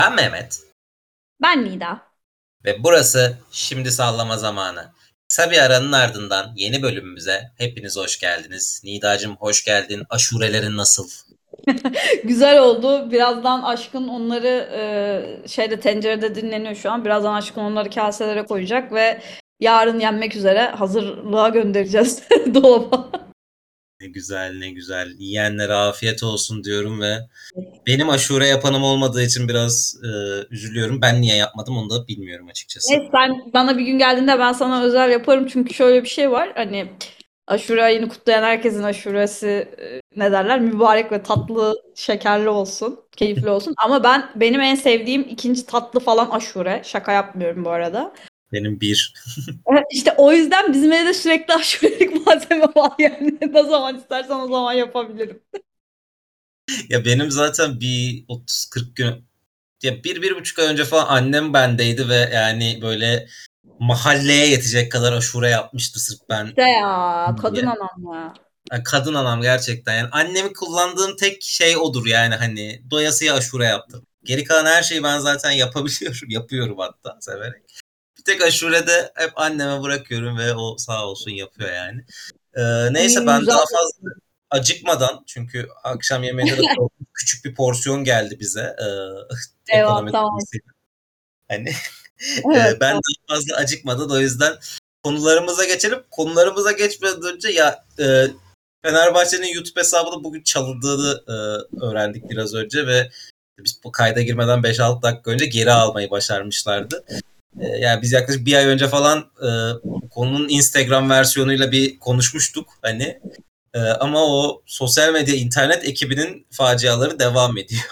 Ben Mehmet Ben Nida. ve burası Şimdi Sallama Zamanı. Kısa bir aranın ardından yeni bölümümüze hepiniz hoş geldiniz. Nidacığım hoş geldin. Aşurelerin nasıl? Güzel oldu. Birazdan Aşkın onları tencerede dinleniyor şu an. Birazdan Aşkın onları kaselere koyacak ve yarın yenmek üzere hazırlığa göndereceğiz dolaba. Ne güzel ne güzel. Yiyenlere afiyet olsun diyorum ve benim aşure yapanım olmadığı için biraz üzülüyorum. Ben niye yapmadım onu da bilmiyorum açıkçası. Neyse sen bana bir gün geldiğinde ben sana özel yaparım. Çünkü şöyle bir şey var. Hani Aşure ayını kutlayan herkesin aşuresi ne derler? Mübarek ve tatlı, şekerli olsun. Keyifli olsun. Ama benim en sevdiğim ikinci tatlı falan aşure. Şaka yapmıyorum bu arada. Benim bir. Evet, işte o yüzden bizim evde sürekli aşurelik malzeme var yani. Ne zaman istersen o zaman yapabilirim. Ya benim zaten bir 30-40 gün ya bir buçuk ay önce falan annem bendeydi ve yani böyle mahalleye yetecek kadar aşure yapmıştı sırf ben İşte ya kadın diye. anam ya. Yani kadın anam gerçekten. Yani annemi kullandığım tek şey odur yani hani doyasıya aşure yaptım. Geri kalan her şeyi ben zaten yapabiliyorum. Yapıyorum hatta severek. Bir tek aşurede hep anneme bırakıyorum ve o sağ olsun yapıyor yani. Neyse ben Güzel. daha fazla acıkmadan çünkü akşam yemeğinde de küçük bir porsiyon geldi bize. Eyvah, Ekonomik tamam. krizi. Hani Evet, ben tamam. daha fazla acıkmadan o yüzden konularımıza geçelim. Konularımıza geçmeden önce ya Fenerbahçe'nin YouTube hesabının bugün çalındığını öğrendik biraz önce ve biz bu kayda girmeden 5-6 dakika önce geri almayı başarmışlardı. Yani biz yaklaşık bir ay önce falan konunun Instagram versiyonuyla bir konuşmuştuk hani. Ama o sosyal medya internet ekibinin faciaları devam ediyor.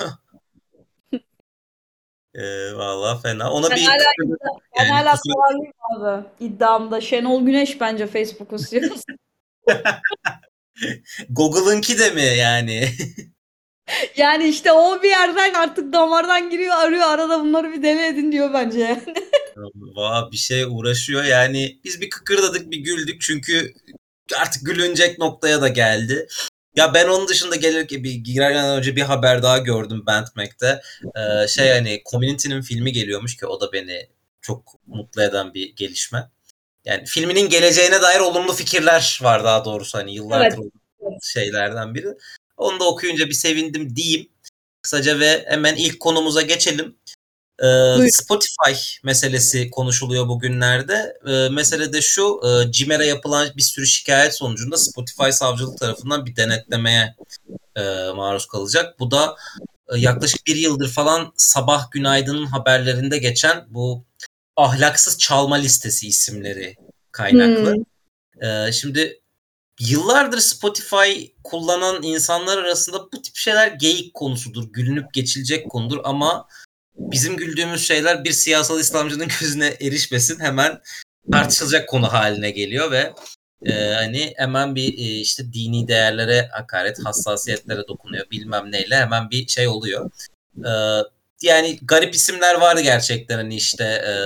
Vallahi fena. Ona Ben bir hala, ben yani hala kusura kararlıyım abi iddiamda. Şenol Güneş bence Facebook'u CEO. Google'ınki de mi yani? Yani işte o bir yerden artık damardan giriyor arıyor arada bunları bir deli edin diyor bence yani. Valla bir şey uğraşıyor yani biz bir kıkırdadık bir güldük çünkü artık gülünecek noktaya da geldi. Ya ben onun dışında gelirken bir girerken önce bir haber daha gördüm Bandmac'te. Hani Community'nin filmi geliyormuş ki o da beni çok mutlu eden bir gelişme. Yani filminin geleceğine dair olumlu fikirler var daha doğrusu hani yıllardır Evet. şeylerden biri. Onu da okuyunca bir sevindim diyeyim. Kısaca ve hemen ilk konumuza geçelim. Buyur. Spotify meselesi konuşuluyor bugünlerde. Mesele de şu, CİMER'e yapılan bir sürü şikayet sonucunda Spotify savcılık tarafından bir denetlemeye maruz kalacak. Bu da yaklaşık bir yıldır falan Sabah Günaydın'ın haberlerinde geçen bu ahlaksız çalma listesi isimleri kaynaklı. Hmm. Şimdi yıllardır Spotify kullanan insanlar arasında bu tip şeyler geyik konusudur, gülünüp geçilecek konudur ama bizim güldüğümüz şeyler bir siyasal İslamcının gözüne erişmesin hemen tartışılacak konu haline geliyor ve hani hemen bir işte dini değerlere hakaret, hassasiyetlere dokunuyor bilmem neyle hemen bir şey oluyor. E, Yani garip isimler vardı gerçekten hani işte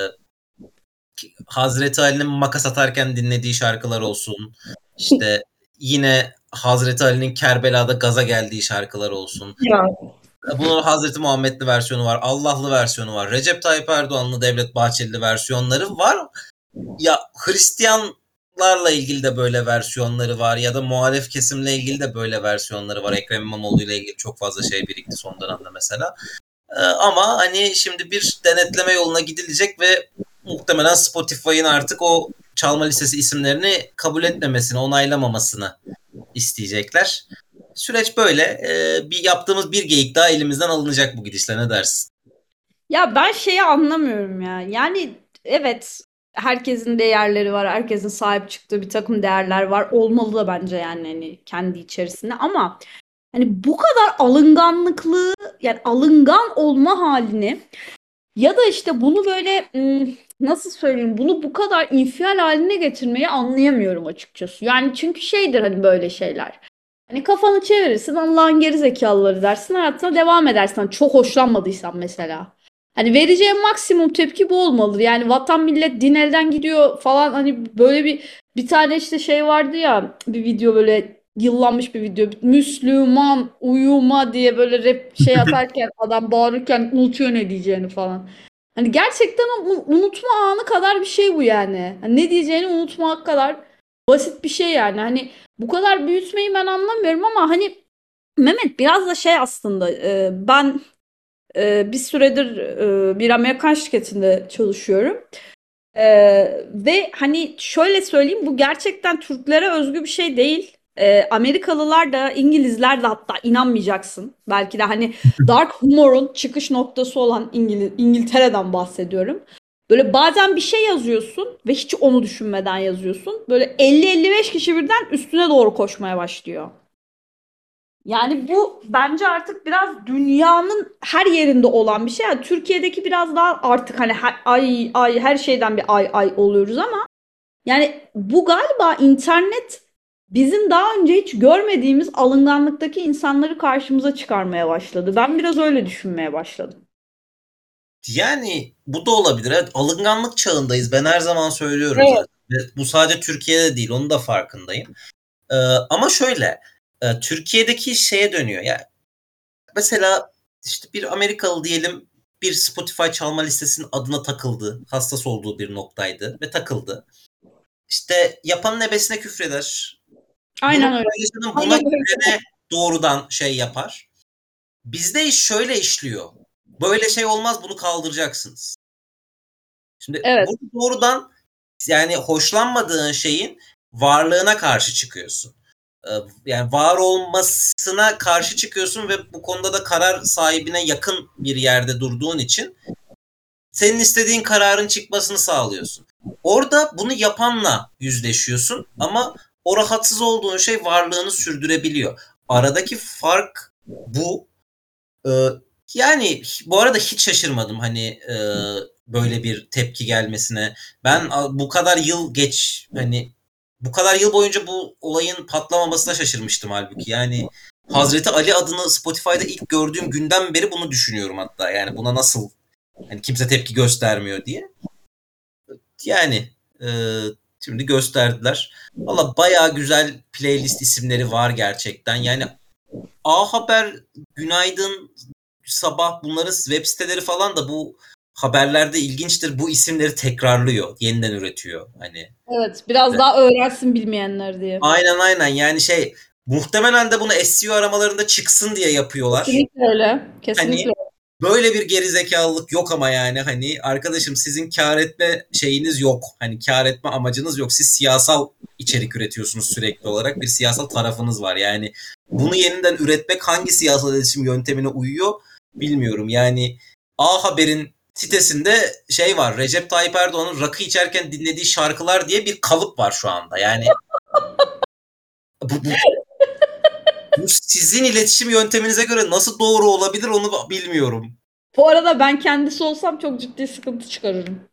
Hazreti Ali'nin makas atarken dinlediği şarkılar olsun. İşte yine Hazreti Ali'nin Kerbela'da gaza geldiği şarkılar olsun. Ya. Bunun Hazreti Muhammedli versiyonu var, Allah'lı versiyonu var, Recep Tayyip Erdoğan'lı, Devlet Bahçeli versiyonları var. Ya Hristiyanlarla ilgili de böyle versiyonları var ya da muhalif kesimle ilgili de böyle versiyonları var. Ekrem İmamoğlu ile ilgili çok fazla şey birikti son dönemde mesela. Ama hani şimdi bir denetleme yoluna gidilecek ve muhtemelen Spotify'ın artık o çalma listesi isimlerini kabul etmemesini, onaylamamasını isteyecekler. Süreç böyle. Bir yaptığımız bir geyik daha elimizden alınacak bu gidişle ne dersin? Ya ben şeyi anlamıyorum ya. Yani evet herkesin değerleri var. Herkesin sahip çıktığı bir takım değerler var. Olmalı da bence yani hani kendi içerisinde ama hani bu kadar alınganlıklı yani alıngan olma halini ya da işte bunu böyle nasıl söyleyeyim bunu bu kadar infial haline getirmeyi anlayamıyorum açıkçası. Yani çünkü şeydir hani böyle şeyler. Hani kafanı çevirirsin Allah'ın geri zekalıları dersin hayatına devam edersin. Hani çok hoşlanmadıysan mesela. Hani vereceğim maksimum tepki bu olmalıdır. Yani vatan millet din elden gidiyor falan hani böyle bir tane işte şey vardı ya bir video böyle yıllanmış bir video. Müslüman uyuma diye böyle rap şey yaparken adam bağırırken unutuyor ne diyeceğini falan. Hani gerçekten o unutma anı kadar bir şey bu yani. Hani ne diyeceğini unutmak kadar basit bir şey yani. Hani bu kadar büyütmeyi ben anlamıyorum ama hani Mehmet biraz da şey aslında ben bir süredir bir Amerikan şirketinde çalışıyorum. Ve hani şöyle söyleyeyim bu gerçekten Türklere özgü bir şey değil. Amerikalılar da İngilizler de hatta inanmayacaksın. Belki de hani dark humor'un çıkış noktası olan İngiltere'den bahsediyorum. Böyle bazen bir şey yazıyorsun ve hiç onu düşünmeden yazıyorsun. Böyle 50-55 kişi birden üstüne doğru koşmaya başlıyor. Yani bu bence artık biraz dünyanın her yerinde olan bir şey. Yani Türkiye'deki biraz daha artık hani ay ay her şeyden bir ay ay oluyoruz ama yani bu galiba internet bizim daha önce hiç görmediğimiz alınganlıktaki insanları karşımıza çıkarmaya başladı. Ben biraz öyle düşünmeye başladım. Yani bu da olabilir. Evet, alınganlık çağındayız. Ben her zaman söylüyorum Evet. zaten. Ve bu sadece Türkiye'de değil, onun da farkındayım. Ama şöyle, Türkiye'deki şeye dönüyor. Yani mesela işte bir Amerikalı diyelim bir Spotify çalma listesinin adına takıldı. Hassas olduğu bir noktaydı ve takıldı. İşte yapanın ebesine küfreder. Bunu Aynen öyle. paylaşanın buna Aynen öyle. güvene doğrudan şey yapar. Bizde iş şöyle işliyor. Böyle şey olmaz, bunu kaldıracaksınız. Şimdi Evet. bu doğrudan yani hoşlanmadığın şeyin varlığına karşı çıkıyorsun. Yani var olmasına karşı çıkıyorsun ve bu konuda da karar sahibine yakın bir yerde durduğun için senin istediğin kararın çıkmasını sağlıyorsun. Orada bunu yapanla yüzleşiyorsun ama o rahatsız olduğun şey varlığını sürdürebiliyor. Aradaki fark bu. Ee, Yani bu arada hiç şaşırmadım hani böyle bir tepki gelmesine. Ben bu kadar yıl geç hani bu kadar yıl boyunca bu olayın patlamamasına şaşırmıştım halbuki. Yani Hazreti Ali adını Spotify'da ilk gördüğüm günden beri bunu düşünüyorum hatta. Yani buna nasıl hani kimse tepki göstermiyor diye. Yani e, şimdi gösterdiler. Valla bayağı güzel playlist isimleri var gerçekten. Yani A Haber, Günaydın, Sabah bunların web siteleri falan da bu haberlerde ilginçtir. Bu isimleri tekrarlıyor, yeniden üretiyor. Hani Evet. Biraz daha öğrensin bilmeyenler diye. aynen yani şey muhtemelen de bunu SEO aramalarında çıksın diye yapıyorlar. Kesinlikle öyle. Hani Kesinlikle. böyle bir gerizekalılık yok ama yani hani arkadaşım sizin kar etme şeyiniz yok. Hani kar etme amacınız yok. Siz siyasal içerik üretiyorsunuz sürekli olarak. Bir siyasal tarafınız var. Yani bunu yeniden üretmek hangi siyasal iletişim yöntemine uyuyor bilmiyorum. Yani A Haber'in sitesinde şey var. Recep Tayyip Erdoğan'ın rakı içerken dinlediği şarkılar diye bir kalıp var şu anda. Yani bu bu sizin iletişim yönteminize göre nasıl doğru olabilir onu bilmiyorum. Bu arada ben kendisi olsam çok ciddi sıkıntı çıkarırım.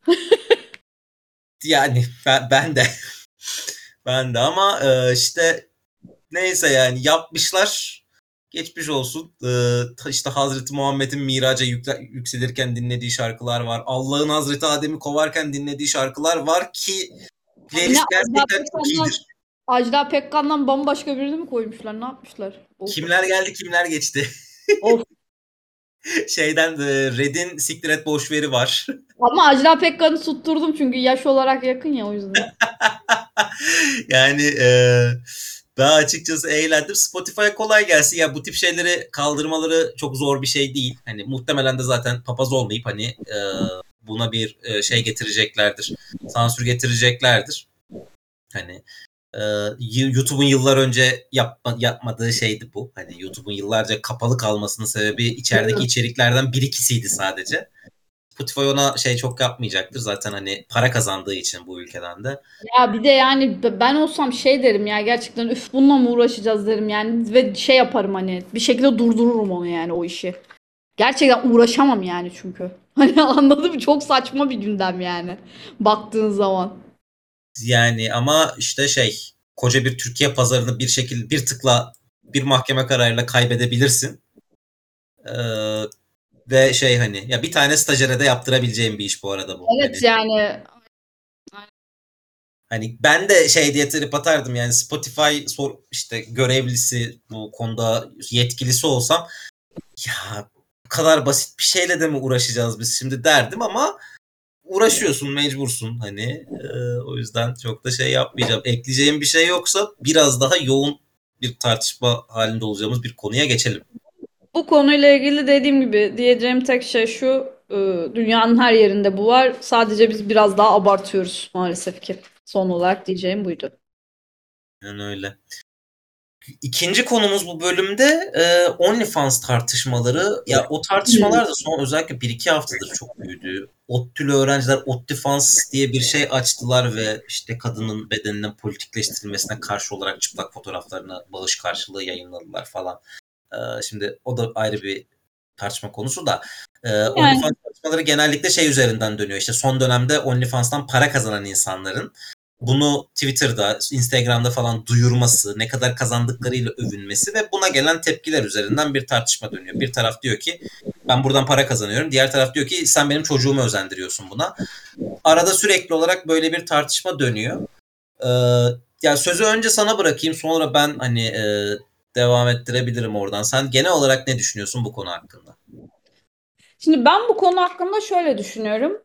Yani ben de ben de ama işte neyse yani yapmışlar. Geçmiş olsun. İşte Hazreti Muhammed'in miraca yükselirken dinlediği şarkılar var. Allah'ın Hazreti Adem'i kovarken dinlediği şarkılar var ki Yine playlist gerçekten çok iyidir. Ajda Pekkan'dan bambaşka birini mi koymuşlar? Ne yapmışlar? Of. Kimler geldi kimler geçti. Of. Şeyden Red'in Siktir Et Boşveri var. Ama Ajda Pekkan'ı tutturdum çünkü yaş olarak yakın ya o yüzden. Yani ben açıkçası eğlendim. Spotify'a kolay gelsin. Ya bu tip şeyleri kaldırmaları çok zor bir şey değil. Hani muhtemelen de zaten papaz olmayıp hani buna bir şey getireceklerdir. Sansür getireceklerdir. Hani e, YouTube'un yıllar önce yapmadığı şeydi bu. Hani YouTube'un yıllarca kapalı kalmasının sebebi içerideki içeriklerden bir ikisiydi sadece. Spotify ona şey çok yapmayacaktır. Zaten hani para kazandığı için bu ülkeden de. Ya bir de yani ben olsam şey derim ya gerçekten üf bununla mı uğraşacağız derim yani ve şey yaparım hani bir şekilde durdururum onu yani o işi. Gerçekten uğraşamam yani çünkü. Hani anladın mı? Çok saçma bir gündem yani baktığın zaman. Yani ama işte şey koca bir Türkiye pazarını bir şekilde bir tıkla bir mahkeme kararıyla kaybedebilirsin. Ee, Ve şey hani ya bir tane stajyere de yaptırabileceğim bir iş bu arada bu. Evet Hani yani Hani ben de şey diye trip atardım yani Spotify işte görevlisi bu konuda yetkilisi olsam ya bu kadar basit bir şeyle de mi uğraşacağız biz şimdi derdim ama uğraşıyorsun mecbursun hani o yüzden çok da şey yapmayacağım. Ekleyeceğim bir şey yoksa biraz daha yoğun bir tartışma halinde olacağımız bir konuya geçelim. Bu konuyla ilgili dediğim gibi diyeceğim tek şey şu, dünyanın her yerinde bu var. Sadece biz biraz daha abartıyoruz maalesef ki. Son olarak diyeceğim buydu. Yani öyle. İkinci konumuz bu bölümde OnlyFans tartışmaları. Ya o tartışmalar da son özellikle 1-2 haftadır çok büyüdü. ODTÜ'lü öğrenciler ODTÜFans diye bir şey açtılar ve işte kadının bedeninin politikleştirilmesine karşı olarak çıplak fotoğraflarını bağış karşılığı yayınladılar falan. Şimdi o da ayrı bir tartışma konusu da. Yani OnlyFans tartışmaları genellikle şey üzerinden dönüyor. İşte son dönemde OnlyFans'tan para kazanan insanların bunu Twitter'da, Instagram'da falan duyurması, ne kadar kazandıklarıyla övünmesi ve buna gelen tepkiler üzerinden bir tartışma dönüyor. Bir taraf diyor ki ben buradan para kazanıyorum. Diğer taraf diyor ki sen benim çocuğumu özendiriyorsun buna. Arada sürekli olarak böyle bir tartışma dönüyor. Ee, Yani sözü önce sana bırakayım sonra ben hani devam ettirebilirim oradan. Sen genel olarak ne düşünüyorsun bu konu hakkında? şimdi ben bu konu hakkında şöyle düşünüyorum.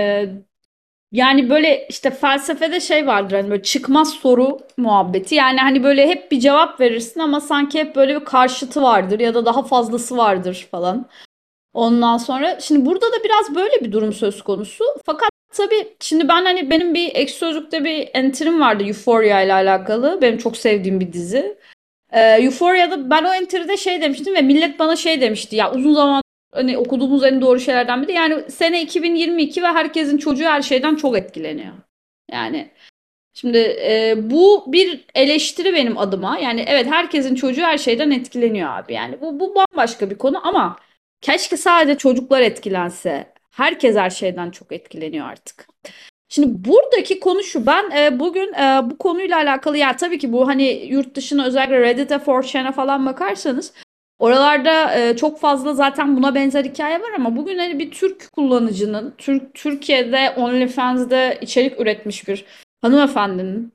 Yani böyle işte felsefede şey vardır hani böyle çıkmaz soru muhabbeti. Yani hani böyle hep bir cevap verirsin ama sanki hep böyle bir karşıtı vardır ya da daha fazlası vardır falan. Ondan sonra şimdi burada da biraz böyle bir durum söz konusu. Fakat tabii şimdi ben hani benim bir Ekşi Sözlük'te bir entrim vardı Euphoria ile alakalı. Benim çok sevdiğim bir dizi. Euphoria'da ben o enter'de şey demiştim ve millet bana şey demişti. Ya uzun zaman hani okuduğumuz en doğru şeylerden biri. Yani sene 2022 ve herkesin çocuğu her şeyden çok etkileniyor. Yani şimdi bu bir eleştiri benim adıma. Yani evet herkesin çocuğu her şeyden etkileniyor abi. Yani bu bambaşka bir konu ama keşke sadece çocuklar etkilense. Herkes her şeyden çok etkileniyor artık. Şimdi buradaki konu şu. Ben bugün bu konuyla alakalı ya tabii ki bu hani yurt dışına özellikle Reddit'e, 4chan'a falan bakarsanız oralarda çok fazla zaten buna benzer hikaye var ama bugün hani bir Türk kullanıcının Türkiye'de OnlyFans'de içerik üretmiş bir hanımefendinin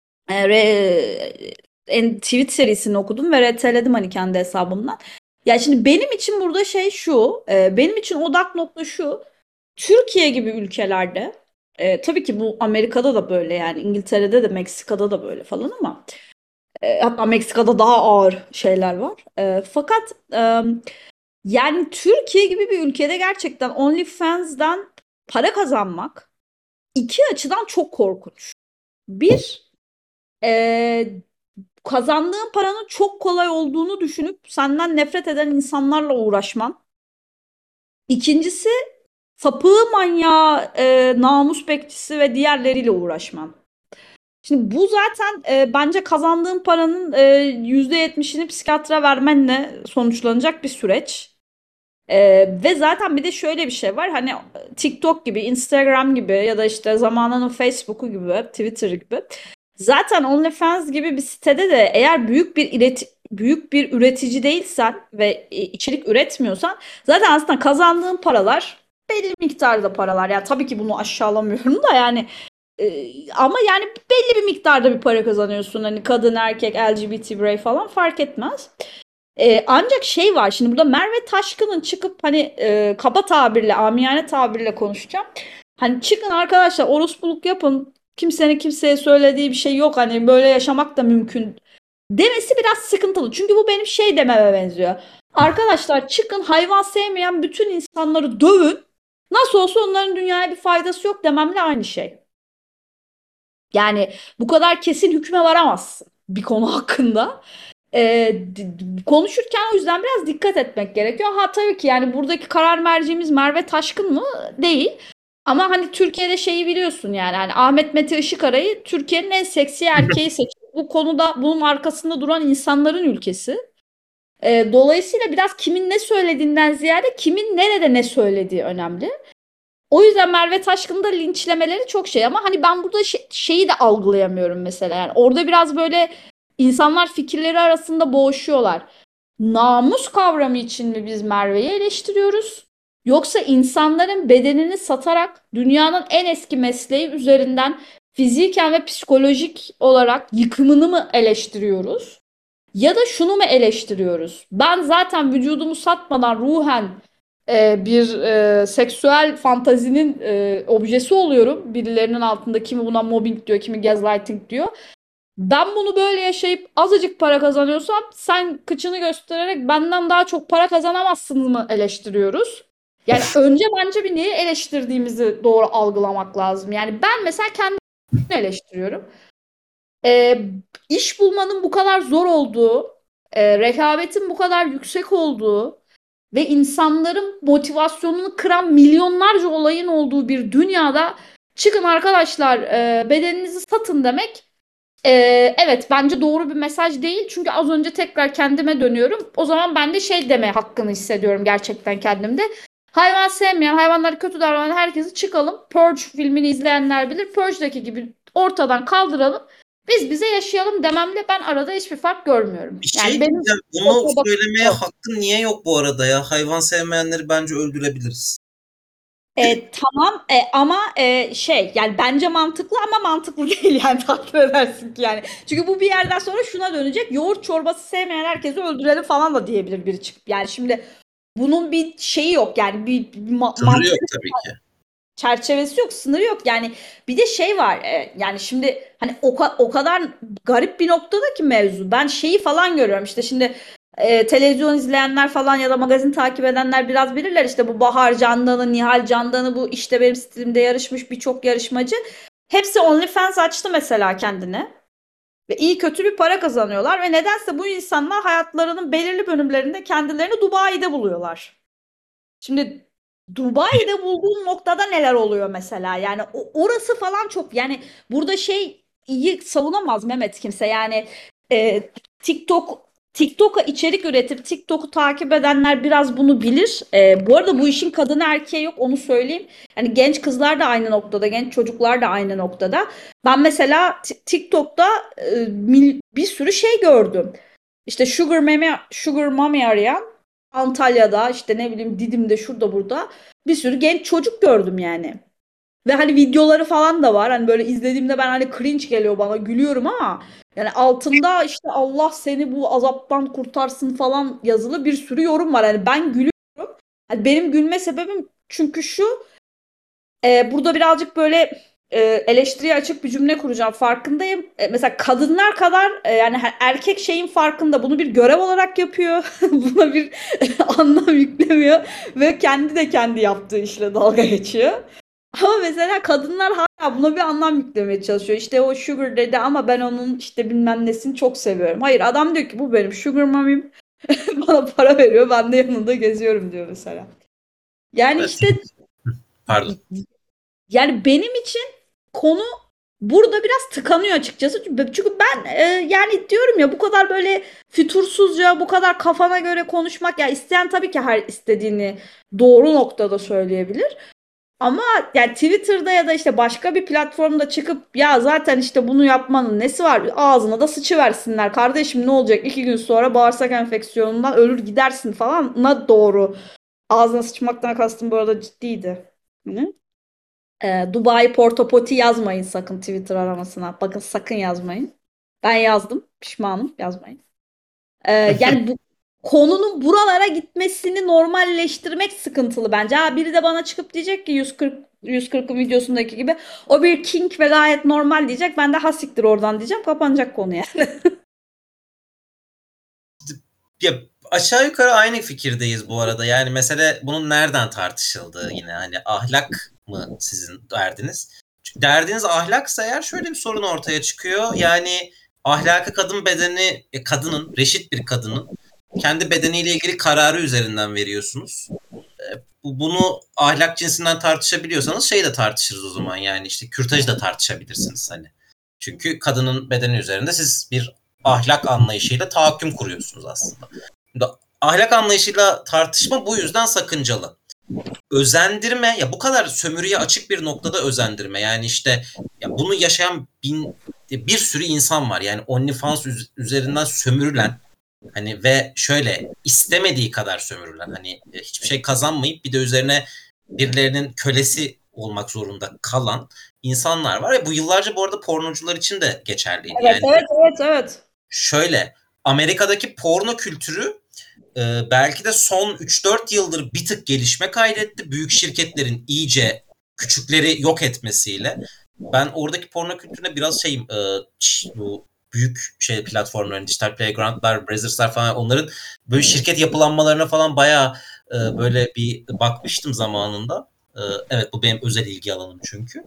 tweet serisini okudum ve reteledim hani kendi hesabımdan. Ya şimdi benim için burada şey şu, benim için odak nokta şu. Türkiye gibi ülkelerde tabii ki bu Amerika'da da böyle yani İngiltere'de de Meksika'da da böyle falan ama hatta Meksika'da daha ağır şeyler var. Fakat yani Türkiye gibi bir ülkede gerçekten OnlyFans'dan para kazanmak iki açıdan çok korkunç. Bir, e, kazandığın paranın çok kolay olduğunu düşünüp senden nefret eden insanlarla uğraşman. İkincisi sapığı manyağı, namus bekçisi ve diğerleriyle uğraşman. Şimdi bu zaten bence kazandığın paranın %70'ini psikiyatra vermenle sonuçlanacak bir süreç. Ve zaten bir de şöyle bir şey var. Hani TikTok gibi, Instagram gibi ya da işte zamanının Facebook'u gibi, Twitter gibi. Zaten OnlyFans gibi bir sitede de eğer büyük bir üretici değilsen ve içerik üretmiyorsan zaten aslında kazandığın paralar belli miktarda paralar. Yani tabii ki bunu aşağılamıyorum da yani ama yani belli bir miktarda bir para kazanıyorsun. Hani kadın, erkek, LGBT birey falan fark etmez. Ancak şey var şimdi burada Merve Taşkın'ın çıkıp hani kaba tabirle, amiyane tabirle konuşacağım. Hani çıkın arkadaşlar orospuluk yapın. Kimsenin kimseye söylediği bir şey yok. Hani böyle yaşamak da mümkün demesi biraz sıkıntılı. Çünkü bu benim şey dememe benziyor. Arkadaşlar çıkın hayvan sevmeyen bütün insanları dövün. Nasıl olsa onların dünyaya bir faydası yok dememle aynı şey. Yani bu kadar kesin hükme varamazsın bir konu hakkında. Konuşurken o yüzden biraz dikkat etmek gerekiyor. Ha tabii ki yani buradaki karar mercimiz Merve Taşkın mı? Değil. Ama hani Türkiye'de şeyi biliyorsun yani hani Ahmet Mete Işıkara'yı Türkiye'nin en seksi erkeği seçti. Bu konuda bunun arkasında duran insanların ülkesi. Dolayısıyla biraz kimin ne söylediğinden ziyade kimin nerede ne söylediği önemli. O yüzden Merve Taşkın'ı da linçlemeleri çok şey ama hani ben burada şeyi de algılayamıyorum mesela. Yani orada biraz böyle insanlar fikirleri arasında boğuşuyorlar. Namus kavramı için mi biz Merve'yi eleştiriyoruz? Yoksa insanların bedenini satarak dünyanın en eski mesleği üzerinden fiziken ve psikolojik olarak yıkımını mı eleştiriyoruz? Ya da şunu mu eleştiriyoruz? Ben zaten vücudumu satmadan ruhen bir seksüel fantazinin objesi oluyorum. Birilerinin altında kimi buna mobbing diyor, kimi gaslighting diyor. Ben bunu böyle yaşayıp azıcık para kazanıyorsam sen kıçını göstererek benden daha çok para kazanamazsınız mı eleştiriyoruz? Yani önce bence bir neyi eleştirdiğimizi doğru algılamak lazım. Yani ben mesela kendimi eleştiriyorum. İş bulmanın bu kadar zor olduğu, rekabetin bu kadar yüksek olduğu ve insanların motivasyonunu kıran milyonlarca olayın olduğu bir dünyada çıkın arkadaşlar bedeninizi satın demek evet bence doğru bir mesaj değil. Çünkü az önce tekrar kendime dönüyorum. O zaman ben de şey deme hakkını hissediyorum gerçekten kendimde. Hayvan sevmeyen, hayvanları kötü davranan herkesi çıkalım. Purge filmini izleyenler bilir. Purge'daki gibi ortadan kaldıralım. Biz bize yaşayalım dememle ben arada hiçbir fark görmüyorum. Bir Yani şey benim diyeceğim. Bunu söylemeye hakkın niye yok bu arada ya? Hayvan sevmeyenleri bence öldürebiliriz. Tamam ama şey yani bence mantıklı ama mantıklı değil yani takip edersin ki yani. Çünkü bu bir yerden sonra şuna dönecek. Yoğurt çorbası sevmeyen herkesi öldürelim falan da diyebilir biri çıkıp. Yani şimdi bunun bir şeyi yok yani bir Sınırı yok tabii ki. çerçevesi yok, sınırı yok. Yani bir de şey var. Yani şimdi hani o kadar garip bir noktada ki mevzu. Ben şeyi falan görüyorum. İşte şimdi televizyon izleyenler falan ya da magazin takip edenler biraz bilirler. İşte bu Bahar Candan'ı, Nihal Candan'ı bu işte benim stilimde yarışmış birçok yarışmacı. Hepsi OnlyFans açtı mesela kendine. Ve iyi kötü bir para kazanıyorlar ve nedense bu insanlar hayatlarının belirli bölümlerinde kendilerini Dubai'de buluyorlar. Şimdi Dubai'de bulduğun noktada neler oluyor mesela? Yani orası falan çok yani burada şey iyi savunamaz Mehmet kimse. Yani e, TikTok'a içerik üretip TikTok'u takip edenler biraz bunu bilir. Bu arada bu işin kadını erkeği yok onu söyleyeyim. Yani genç kızlar da aynı noktada, genç çocuklar da aynı noktada. Ben mesela TikTok'ta bir sürü şey gördüm. İşte Sugar Mommy arayan Antalya'da işte ne bileyim Didim'de şurada burada bir sürü genç çocuk gördüm yani. Ve hani videoları falan da var. Hani böyle izlediğimde ben hani cringe geliyor bana gülüyorum ama yani altında işte Allah seni bu azaptan kurtarsın falan yazılı bir sürü yorum var. Yani ben gülüyorum. Hani benim gülme sebebim çünkü şu burada birazcık böyle eleştiriye açık bir cümle kuracağım. Farkındayım. Mesela kadınlar kadar yani erkek şeyin farkında. Bunu bir görev olarak yapıyor. Buna bir anlam yüklemiyor. Ve kendi de kendi yaptığı işle dalga geçiyor. Ama mesela kadınlar hala buna bir anlam yüklemeye çalışıyor. İşte o sugar dedi ama ben onun işte bilmem nesini çok seviyorum. Hayır adam diyor ki bu benim sugar mommy'm. Bana para veriyor. Ben de yanında geziyorum diyor mesela. Yani Evet. işte Pardon. yani benim için konu burada biraz tıkanıyor açıkçası. Çünkü ben yani diyorum ya bu kadar böyle fütursuzca, bu kadar kafana göre konuşmak ya isteyen tabii ki her istediğini doğru noktada söyleyebilir. Ama yani Twitter'da ya da işte başka bir platformda çıkıp ya zaten işte bunu yapmanın nesi var? Ağzına da sıçıversinler. Kardeşim ne olacak? 2 gün sonra bağırsak enfeksiyonundan ölür gidersin falan. Doğru. Ağzına sıçmaktan kastım bu arada ciddiydi. Hı? Dubai Portopoti yazmayın sakın Twitter aramasına. Bakın sakın yazmayın. Ben yazdım. Pişmanım. Yazmayın. Yani bu konunun buralara gitmesini normalleştirmek sıkıntılı bence. Ha, biri de bana çıkıp diyecek ki 140'ın videosundaki gibi o bir kink ve gayet normal diyecek. Ben de ha siktir oradan diyeceğim. Kapanacak konu yani. Ya aşağı yukarı aynı fikirdeyiz bu arada. Yani mesele bunun nereden tartışıldığı yine hani ahlak mı sizin derdiniz? Çünkü derdiniz ahlaksa eğer şöyle bir sorun ortaya çıkıyor. Yani ahlakı kadın bedeni, kadının, reşit bir kadının kendi bedeniyle ilgili kararı üzerinden veriyorsunuz. Bunu ahlak cinsinden tartışabiliyorsanız şey de tartışırız o zaman. Yani işte kürtajı da tartışabilirsiniz hani. Çünkü kadının bedeni üzerinde siz bir ahlak anlayışıyla tahakküm kuruyorsunuz aslında. Şimdi ahlak anlayışıyla tartışma bu yüzden sakıncalı. Özendirme ya bu kadar sömürüye açık bir noktada özendirme. Yani işte ya bunu yaşayan bir sürü insan var. Yani OnlyFans üzerinden sömürülen hani ve şöyle istemediği kadar sömürülen hani hiçbir şey kazanmayıp bir de üzerine birilerinin kölesi olmak zorunda kalan insanlar var. Bu yıllarca bu arada pornocular için de geçerliydi. Evet, Yani evet. şöyle, Amerika'daki porno kültürü belki de son 3-4 yıldır bir tık gelişme kaydetti. Büyük şirketlerin iyice küçükleri yok etmesiyle. Ben oradaki porno kültürüne biraz bu büyük platformların, Digital Playground'lar, Brazzers'lar falan, onların böyle şirket yapılanmalarına falan bayağı böyle bir bakmıştım zamanında. Evet, bu benim özel ilgi alanım çünkü.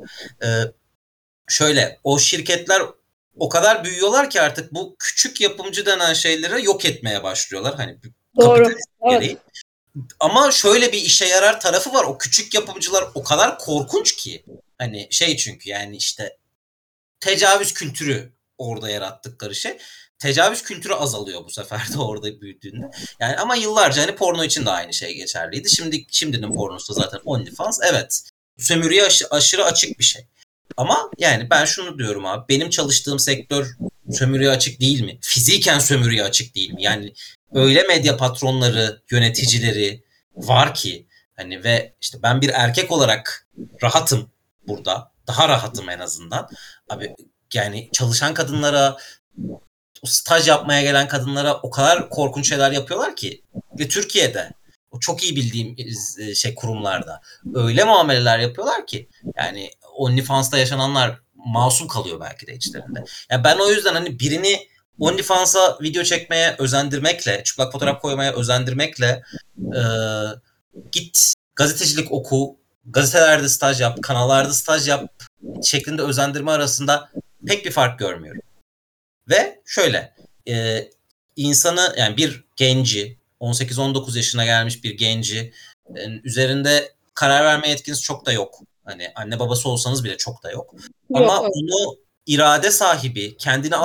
Şöyle, o şirketler o kadar büyüyorlar ki artık bu küçük yapımcı denen şeyleri yok etmeye başlıyorlar. Hani Doğru. kapitalist Evet. gereği. Ama şöyle bir işe yarar tarafı var. O küçük yapımcılar o kadar korkunç ki. Hani çünkü yani işte tecavüz kültürü orada yarattıkları şey. Tecavüz kültürü azalıyor bu sefer de orada büyüdüğünde. Yani ama yıllarca hani porno için de aynı şey geçerliydi. Şimdinin pornosu da zaten OnlyFans. Evet. Sömürüye aşırı açık bir şey. Ama yani ben şunu diyorum abi. Benim çalıştığım sektör sömürüye açık değil mi? Fiziken sömürüye açık değil mi? Yani öyle medya patronları, yöneticileri var ki hani, ve işte ben bir erkek olarak rahatım burada. Daha rahatım en azından. Abi yani çalışan kadınlara, staj yapmaya gelen kadınlara o kadar korkunç şeyler yapıyorlar ki, ve Türkiye'de o çok iyi bildiğim kurumlarda öyle muameleler yapıyorlar ki yani OnlyFans'ta yaşananlar masum kalıyor belki de içlerinde. Yani ben o yüzden hani birini OnlyFans'a video çekmeye özendirmekle, çıplak fotoğraf koymaya özendirmekle e, git gazetecilik oku, gazetelerde staj yap, kanallarda staj yap şeklinde özendirme arasında pek bir fark görmüyorum. Ve şöyle, insanı, yani bir genci, 18-19 yaşına gelmiş bir genci üzerinde karar verme yetkiniz çok da yok. Hani anne babası olsanız bile çok da yok. Yok, Ama evet. onu irade sahibi,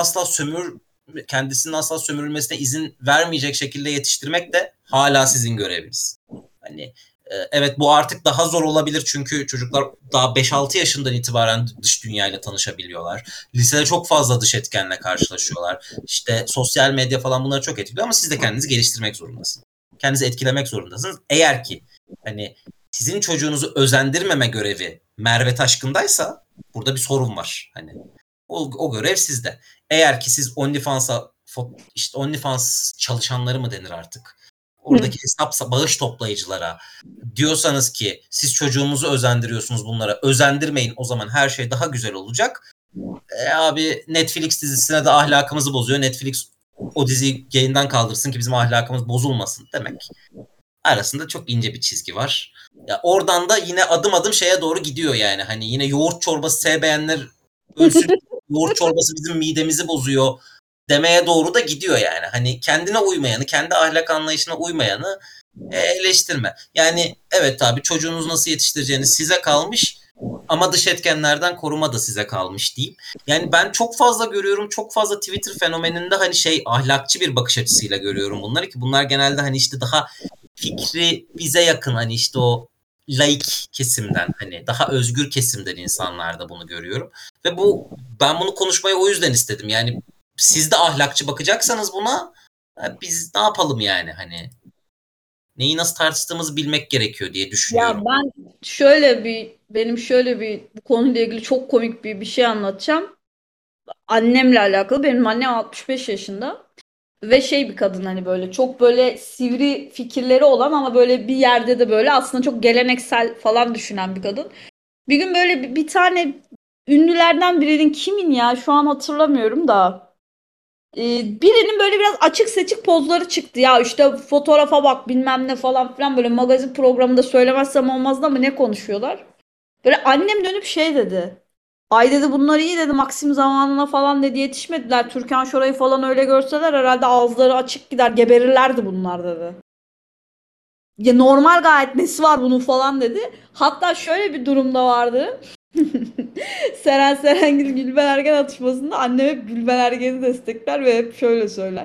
kendisinin asla sömürülmesine izin vermeyecek şekilde yetiştirmek de hala sizin göreviniz. Hani evet, bu artık daha zor olabilir çünkü çocuklar daha 5-6 yaşından itibaren dış dünyayla tanışabiliyorlar. Lisede çok fazla dış etkenle karşılaşıyorlar. İşte sosyal medya falan bunları çok etkiliyor ama siz de kendinizi geliştirmek zorundasınız. Kendinizi etkilemek zorundasınız. Eğer ki hani sizin çocuğunuzu özendirmeme görevi Merve Taşkın'daysa burada bir sorun var. Hani o görev sizde. Eğer ki siz OnlyFans çalışanları mı denir artık? Oradaki bağış toplayıcılara diyorsanız ki siz çocuğumuzu özendiriyorsunuz bunlara, özendirmeyin, o zaman her şey daha güzel olacak. Abi Netflix dizisine de ahlakımızı bozuyor. Netflix o diziyi yayından kaldırsın ki bizim ahlakımız bozulmasın demek. Arasında çok ince bir çizgi var. Ya oradan da yine adım adım şeye doğru gidiyor yani. Hani yine yoğurt çorbası sevmeyenler ölsün. Yoğurt çorbası bizim midemizi bozuyor demeye doğru da gidiyor yani. Hani kendine uymayanı, kendi ahlak anlayışına uymayanı eleştirme. Yani evet abi, çocuğunuzu nasıl yetiştireceğiniz size kalmış ama dış etkenlerden koruma da size kalmış diyeyim. Yani ben çok fazla görüyorum, çok fazla Twitter fenomeninde hani ahlakçı bir bakış açısıyla görüyorum bunları, ki bunlar genelde hani işte daha fikri bize yakın, hani işte o laik kesimden, hani daha özgür kesimden insanlarda bunu görüyorum. Ve ben bunu konuşmayı o yüzden istedim. Yani siz de ahlakçı bakacaksanız buna, biz ne yapalım yani, hani neyi nasıl tartıştığımızı bilmek gerekiyor diye Ya düşünüyorum. benim şöyle bir bu konuyla ilgili çok komik bir şey anlatacağım. Annemle alakalı. Benim annem 65 yaşında ve bir kadın, hani böyle çok böyle sivri fikirleri olan ama böyle bir yerde de böyle aslında çok geleneksel falan düşünen bir kadın. Bir gün böyle bir tane ünlülerden birinin, kimin ya şu an hatırlamıyorum da, birinin böyle biraz açık seçik pozları çıktı. Ya işte fotoğrafa bak bilmem ne falan filan, böyle magazin programında söylemezsem olmaz da mı ne konuşuyorlar. Böyle annem dönüp dedi. Ay dedi, bunlar iyi dedi, Maxim zamanına falan dedi yetişmediler. Türkan Şoray'ı falan öyle görseler herhalde ağızları açık gider, geberirlerdi bunlar dedi. Ya normal, gayet nesi var bunun falan dedi. Hatta şöyle bir durumda vardı. Seren Serengil Gülben Ergen atışmasında annem hep Gülben Ergen'i destekler ve hep şöyle söyler.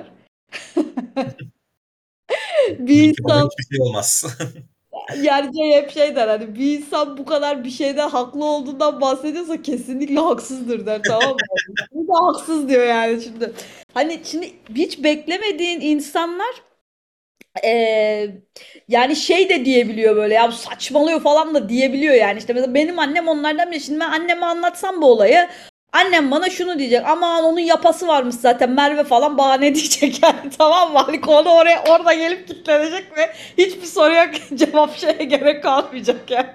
Bir İyi ki bana insan, hiçbir şey olmaz. yani hep der, hani bir insan bu kadar bir şeyde haklı olduğundan bahsediyorsa kesinlikle haksızdır der, tamam mı? Bu da haksız diyor yani şimdi. Hani şimdi hiç beklemediğin insanlar Eee, yani şey de diyebiliyor böyle ya bu saçmalıyor falan da diyebiliyor yani. İşte mesela benim annem onlardan biri. Şimdi ben anneme anlatsam bu olayı annem bana şunu diyecek. Aman onun yapası varmış zaten Merve falan bahane diyecek yani tamam mı? Hani konu orada gelip kilitlenecek ve hiçbir soruya cevap şeye gerek kalmayacak yani.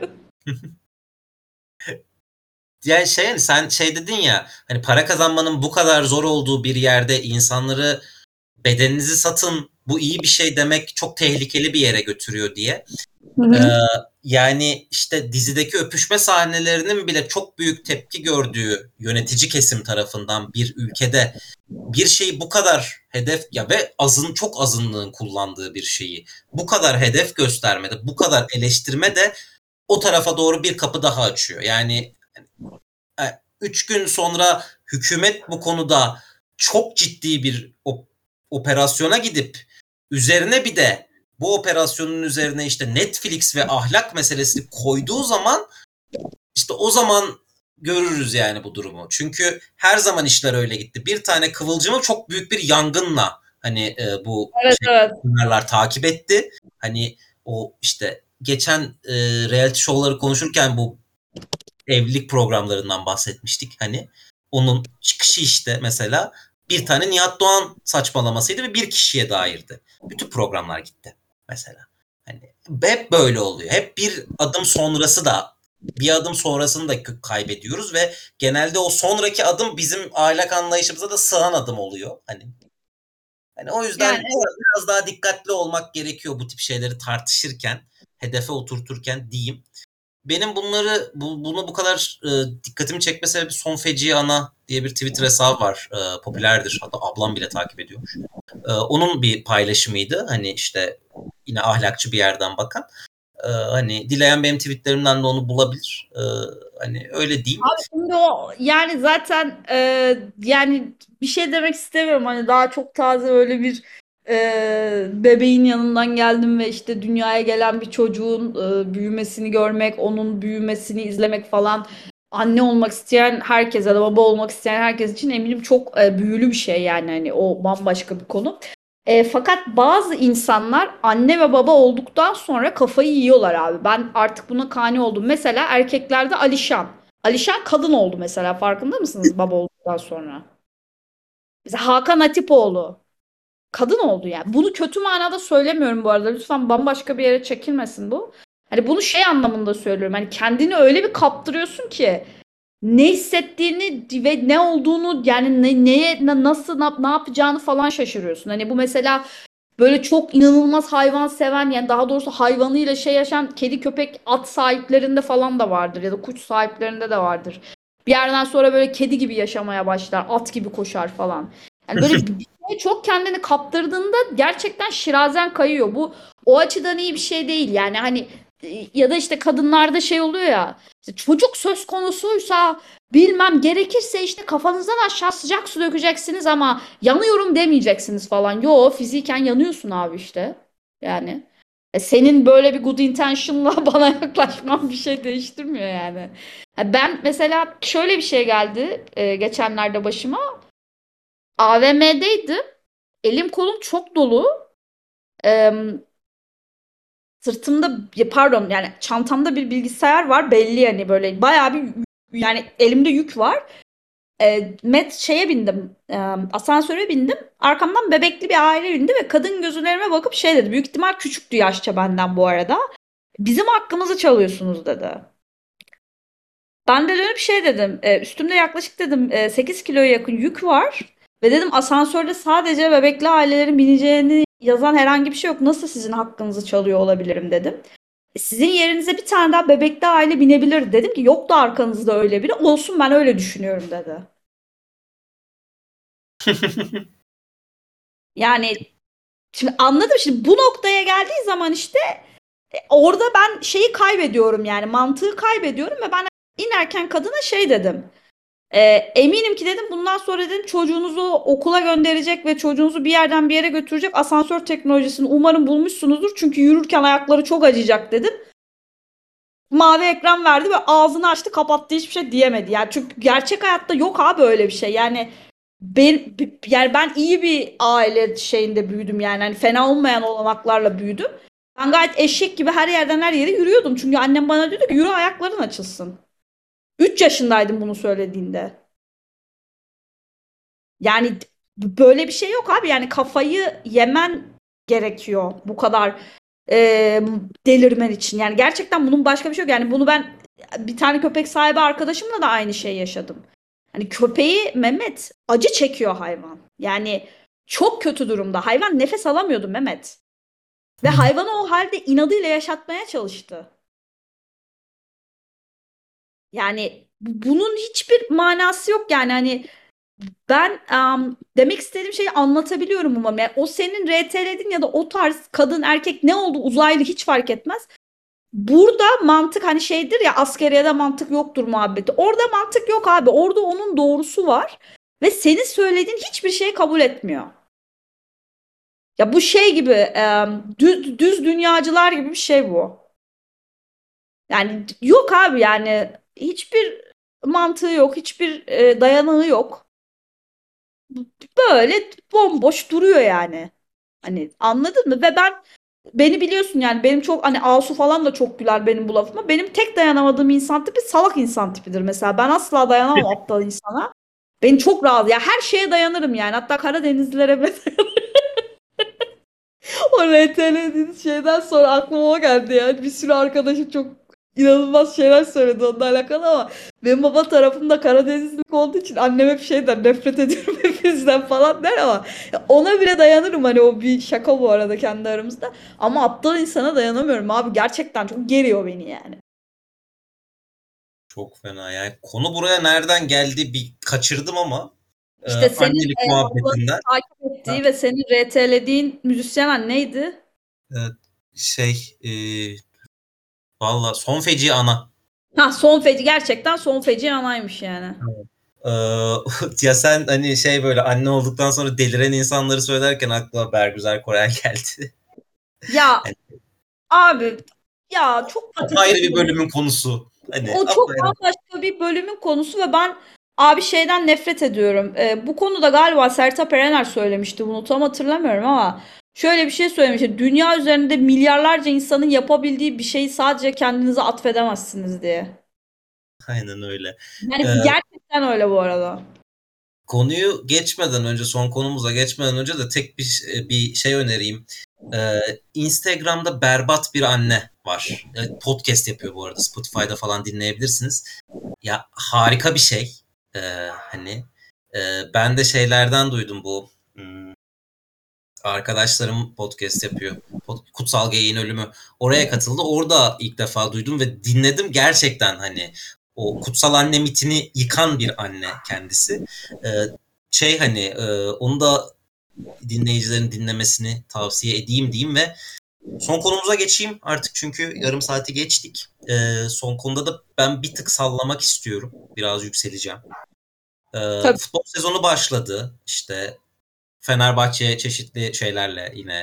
Yani şey hani sen şey dedin ya hani para kazanmanın bu kadar zor olduğu bir yerde insanları bedeninizi satın bu iyi bir şey demek çok tehlikeli bir yere götürüyor diye. Hı Ee, hı. yani işte dizideki öpüşme sahnelerinin bile çok büyük tepki gördüğü yönetici kesim tarafından bir ülkede bir şeyi bu kadar hedef ya ve çok azınlığın kullandığı bir şeyi bu kadar hedef göstermede, bu kadar eleştirme de o tarafa doğru bir kapı daha açıyor. Yani 3 gün sonra hükümet bu konuda çok ciddi bir operasyona gidip üzerine bir de bu operasyonun üzerine işte Netflix ve ahlak meselesini koyduğu zaman işte o zaman görürüz yani bu durumu. Çünkü her zaman işler öyle gitti. Bir tane kıvılcımı çok büyük bir yangınla hani bu Evet evet. şeyler takip etti. Hani o işte geçen reality show'ları konuşurken bu evlilik programlarından bahsetmiştik hani. Onun çıkışı işte mesela bir tane Nihat Doğan saçmalamasıydı ve bir kişiye dairdi. Bütün programlar gitti mesela. Hani hep böyle oluyor. Hep bir adım sonrasını da kaybediyoruz ve genelde o sonraki adım bizim ahlak anlayışımıza da sığan adım oluyor. Hani o yüzden Yani biraz daha dikkatli olmak gerekiyor bu tip şeyleri tartışırken, hedefe oturturken diyeyim. Benim bunu bu kadar dikkatimi çekme sebebi Son Feci Ana diye bir Twitter hesabı var. Popülerdir. Hatta ablam bile takip ediyormuş. Onun bir paylaşımıydı. Hani işte yine ahlakçı bir yerden bakan. Hani dileyen benim tweetlerimden de onu bulabilir. Hani öyle diyeyim. abi şimdi o yani zaten yani bir şey demek istemiyorum hani daha çok taze öyle bir bebeğin yanından geldim ve işte dünyaya gelen bir çocuğun büyümesini görmek, onun büyümesini izlemek falan anne olmak isteyen herkese ya da baba olmak isteyen herkes için eminim çok büyülü bir şey yani hani o bambaşka bir konu. Fakat bazı insanlar anne ve baba olduktan sonra kafayı yiyorlar abi. Ben artık buna kani oldum. Mesela erkeklerde Alişan. Alişan kadın oldu mesela farkında mısınız baba olduktan sonra? Mesela Hakan Atipoğlu kadın oldu yani. Bunu kötü manada söylemiyorum bu arada. Lütfen bambaşka bir yere çekilmesin bu. Hani bunu şey anlamında söylüyorum. Hani kendini öyle bir kaptırıyorsun ki ne hissettiğini ve ne olduğunu yani nasıl ne yapacağını falan şaşırıyorsun. Hani bu mesela böyle çok inanılmaz hayvan seven yani daha doğrusu hayvanıyla şey yaşayan kedi köpek at sahiplerinde falan da vardır ya da kuş sahiplerinde de vardır. Bir yerden sonra böyle kedi gibi yaşamaya başlar, at gibi koşar falan. Yani böyle bir şeye çok kendini kaptırdığında gerçekten şirazen kayıyor. Bu o açıdan iyi bir şey değil. Yani hani ya da işte kadınlarda şey oluyor ya. İşte çocuk söz konusuysa bilmem gerekirse işte kafanızdan aşağı sıcak su dökeceksiniz ama yanıyorum demeyeceksiniz falan. Yo fiziken yanıyorsun abi işte. Yani senin böyle bir good intention'la bana yaklaşman bir şey değiştirmiyor yani. Ben mesela şöyle bir şey geldi geçenlerde başıma. AVM'deydim. Elim kolum çok dolu. E, sırtımda pardon yani çantamda bir bilgisayar var belli yani böyle bayağı bir yani elimde yük var. Şeye bindim. Asansöre bindim. Arkamdan bebekli bir aile bindi ve kadın gözlerime bakıp şey dedi. Büyük ihtimal küçüktü yaşça benden bu arada. Bizim hakkımızı çalıyorsunuz dedi. Ben de dönüp şey dedim. Üstümde yaklaşık dedim 8 kiloya yakın yük var. Ve dedim asansörde sadece bebekli ailelerin bineceğini yazan herhangi bir şey yok. Nasıl sizin hakkınızı çalıyor olabilirim dedim. Sizin yerinize bir tane daha bebekli aile binebilir dedim ki yok da arkanızda öyle biri olsun ben öyle düşünüyorum dedi. Yani şimdi anladım. Şimdi bu noktaya geldiği zaman işte orada ben şeyi kaybediyorum yani mantığı kaybediyorum ve ben inerken kadına şey dedim. Eminim ki dedim bundan sonra dedim çocuğunuzu okula gönderecek ve çocuğunuzu bir yerden bir yere götürecek asansör teknolojisini umarım bulmuşsunuzdur. Çünkü yürürken ayakları çok acıyacak dedim. Mavi ekran verdi ve ağzını açtı kapattı hiçbir şey diyemedi. Yani çünkü gerçek hayatta yok abi öyle bir şey. Yani Yani ben iyi bir aile şeyinde büyüdüm yani. Hani fena olmayan olanaklarla büyüdüm. Ben gayet eşek gibi her yerden her yere yürüyordum. Çünkü annem bana diyordu ki yürü ayakların açılsın. 3 yaşındaydım bunu söylediğinde. Yani böyle bir şey yok abi. Yani kafayı yemen gerekiyor bu kadar e, delirmen için. Yani gerçekten bunun başka bir şey yok. Yani bunu ben bir tane köpek sahibi arkadaşımla da aynı şeyi yaşadım. Hani köpeği Mehmet acı çekiyor hayvan. Yani çok kötü durumda. Hayvan nefes alamıyordu Mehmet. Ve hayvanı o halde inadıyla yaşatmaya çalıştı. Yani bunun hiçbir manası yok yani hani ben demek istediğim şeyi anlatabiliyorum umarım. Yani o senin RT'ledin ya da o tarz kadın erkek ne oldu uzaylı hiç fark etmez. Burada mantık hani şeydir ya askeriyede mantık yoktur muhabbeti. Orada mantık yok abi. Orada onun doğrusu var. Ve senin söylediğin hiçbir şeyi kabul etmiyor. Ya bu şey gibi düz dünyacılar gibi bir şey bu. Yani yok abi yani hiçbir mantığı yok. Hiçbir dayanağı yok. Böyle bomboş duruyor yani. Hani anladın mı? Ve beni biliyorsun yani benim çok hani Asu falan da çok güler benim bu lafıma. Benim tek dayanamadığım insan tipi salak insan tipidir mesela. Ben asla dayanamam aptal insana. Beni çok rahat ya her şeye dayanırım yani. Hatta Karadenizlilere bile o RT'lediğiniz şeyden sonra aklıma o geldi yani. Bir sürü arkadaşım çok inanılmaz şeyler söyledi onunla alakalı ama benim baba tarafım da Karadenizlik olduğu için annem hep şey der nefret ediyorum hepinizden falan der ama ona bile dayanırım hani o bir şaka bu arada kendi aramızda ama aptal insana dayanamıyorum abi gerçekten çok geriyor beni yani. Çok fena yani. Konu buraya nereden geldi bir kaçırdım ama İşte senin annelik ablanın muhabbetinden. takip ettiği Ha, ve senin RT'lediğin müzisyen neydi? evet, şey valla son feci ana. Ha son feci gerçekten son feci anaymış yani. Eee, ya sen hani şey böyle anne olduktan sonra deliren insanları söylerken aklıma Bergüzar Korel geldi. Ya Hani abi ya çok ayrı patates bir bu. bölümün konusu. Hani O çok apayrı. bambaşka bir bölümün konusu ve ben abi şeyden nefret ediyorum. Bu konuda galiba Sertab Erener söylemişti bunu tam hatırlamıyorum ama şöyle bir şey söylemişti. Dünya üzerinde milyarlarca insanın yapabildiği bir şeyi sadece kendinize atfedemezsiniz diye. Aynen öyle. Yani Eee, gerçekten öyle bu arada. konuyu geçmeden önce son konumuza geçmeden önce de tek bir şey önereyim. Instagram'da Berbat Bir Anne var. Podcast yapıyor bu arada. Spotify'da falan dinleyebilirsiniz. Ya harika bir şey. Hani ben de şeylerden duydum bu. Arkadaşlarım podcast yapıyor. Kutsal Geyiğin Ölümü. Oraya katıldı. Orada ilk defa duydum ve dinledim. Gerçekten hani o kutsal anne mitini yıkan bir anne kendisi. Ee, şey hani onu da dinleyicilerin dinlemesini tavsiye edeyim diyeyim ve son konumuza geçeyim artık çünkü yarım saati geçtik. Son konuda da ben bir tık sallamak istiyorum. Biraz yükseleceğim. Tabii. Futbol sezonu başladı. İşte Fenerbahçe çeşitli şeylerle yine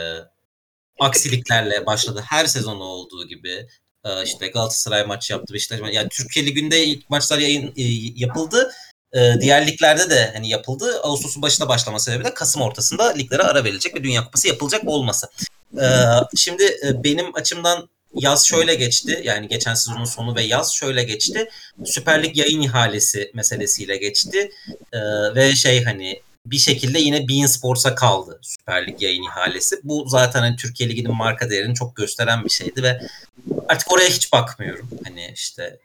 aksiliklerle başladı. Her sezon olduğu gibi işte Galatasaray maç yaptı. Beşiktaş yani Türkiye Ligi'nde ilk maçlar yapıldı. Diğer liglerde de hani yapıldı. Ağustos'un başında başlama sebebi de Kasım ortasında liglere ara verilecek ve Dünya Kupası yapılacak olması. Şimdi benim açımdan yaz şöyle geçti. Yani geçen sezonun sonu ve yaz şöyle geçti. Süper Lig yayın ihalesi meselesiyle geçti. Ve şey hani bir şekilde yine beIN Sports'a kaldı Süper Lig yayın ihalesi. Bu zaten hani Türkiye Ligi'nin marka değerini çok gösteren bir şeydi ve artık oraya hiç bakmıyorum. Hani işte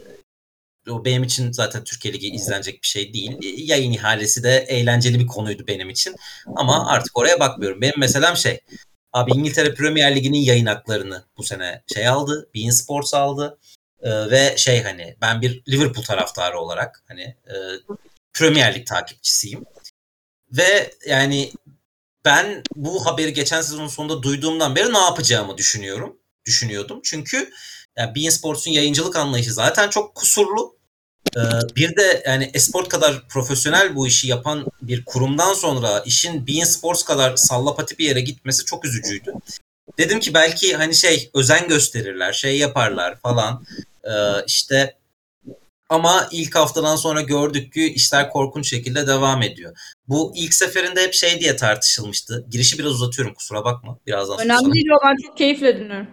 o benim için zaten Türkiye Ligi izlenecek bir şey değil. Yayın ihalesi de eğlenceli bir konuydu benim için. Ama artık oraya bakmıyorum. Benim meselem şey. Abi İngiltere Premier Ligi'nin yayın haklarını bu sene şey aldı. beIN Sports aldı. Ve şey hani ben bir Liverpool taraftarı olarak hani Premier Lig takipçisiyim. Ve yani ben bu haberi geçen sezonun sonunda duyduğumdan beri ne yapacağımı düşünüyordum. Çünkü yani beIN Sports'un yayıncılık anlayışı zaten çok kusurlu. Bir de yani esport kadar profesyonel bu işi yapan bir kurumdan sonra işin beIN Sports kadar sallapati bir yere gitmesi çok üzücüydü. Dedim ki belki hani şey özen gösterirler, şey yaparlar falan. İşte Ama ilk haftadan sonra gördük ki işler korkunç şekilde devam ediyor. Bu ilk seferinde hep şey diye tartışılmıştı. Girişi biraz uzatıyorum, kusura bakma. Birazdan söz sana. Önemli değil o, ben çok keyifle dinliyorum.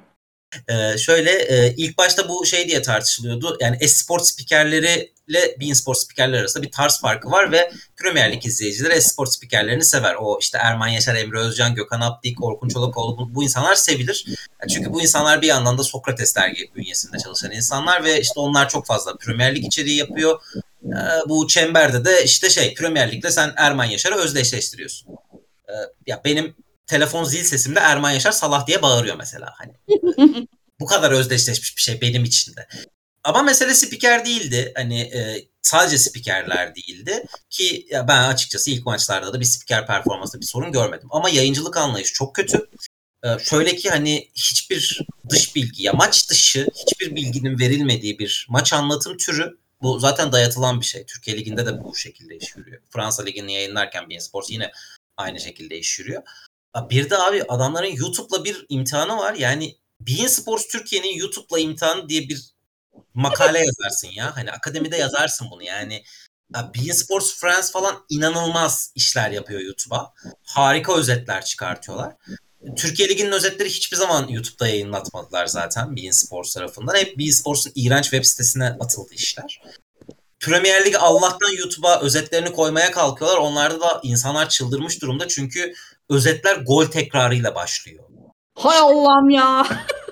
İlk başta bu şey diye tartışılıyordu. Yani e-spor spikerleriyle beIN Spor spikerleri arasında bir tarz farkı var ve Premier Lig izleyicileri e-spor spikerlerini sever. O işte Erman Yaşar, Emre Özcan, Gökhan Aptik, Orkun Çolakoğlu, bu insanlar sevilir. Yani çünkü bu insanlar bir yandan da Sokrates dergi bünyesinde çalışan insanlar ve işte onlar çok fazla Premier Lig içeriği yapıyor. Bu çemberde de işte Premier Lig'de sen Erman Yaşar'ı özdeşleştiriyorsun. Ya benim telefon zil sesimde Erman Yaşar Salah diye bağırıyor mesela. Hani bu kadar özdeşleşmiş bir şey benim için de. Ama mesele spiker değildi. Hani sadece spikerler değildi. Ki ya ben açıkçası ilk maçlarda da bir spiker performansında bir sorun görmedim. Ama yayıncılık anlayışı çok kötü. Şöyle ki hani hiçbir dış bilgi, ya maç dışı hiçbir bilginin verilmediği bir maç anlatım türü. Bu zaten dayatılan bir şey. Türkiye Ligi'nde de bu şekilde iş yürüyor. Fransa Ligi'ni yayınlarken beIN Sports yine aynı şekilde iş yürüyor. Bir de abi adamların YouTube'la bir imtihanı var. Yani beIN Sports Türkiye'nin YouTube'la imtihanı diye bir makale yazarsın ya. Hani akademide yazarsın bunu yani. beIN Sports France falan inanılmaz işler yapıyor YouTube'a. Harika özetler çıkartıyorlar. Türkiye Ligi'nin özetleri hiçbir zaman YouTube'da yayınlatmadılar zaten beIN Sports tarafından. Hep beIN Sports'un iğrenç web sitesine atıldı işler. Premier Lig Allah'tan YouTube'a özetlerini koymaya kalkıyorlar. Onlarda da insanlar çıldırmış durumda çünkü özetler gol tekrarıyla başlıyor. Hay Allah'ım ya.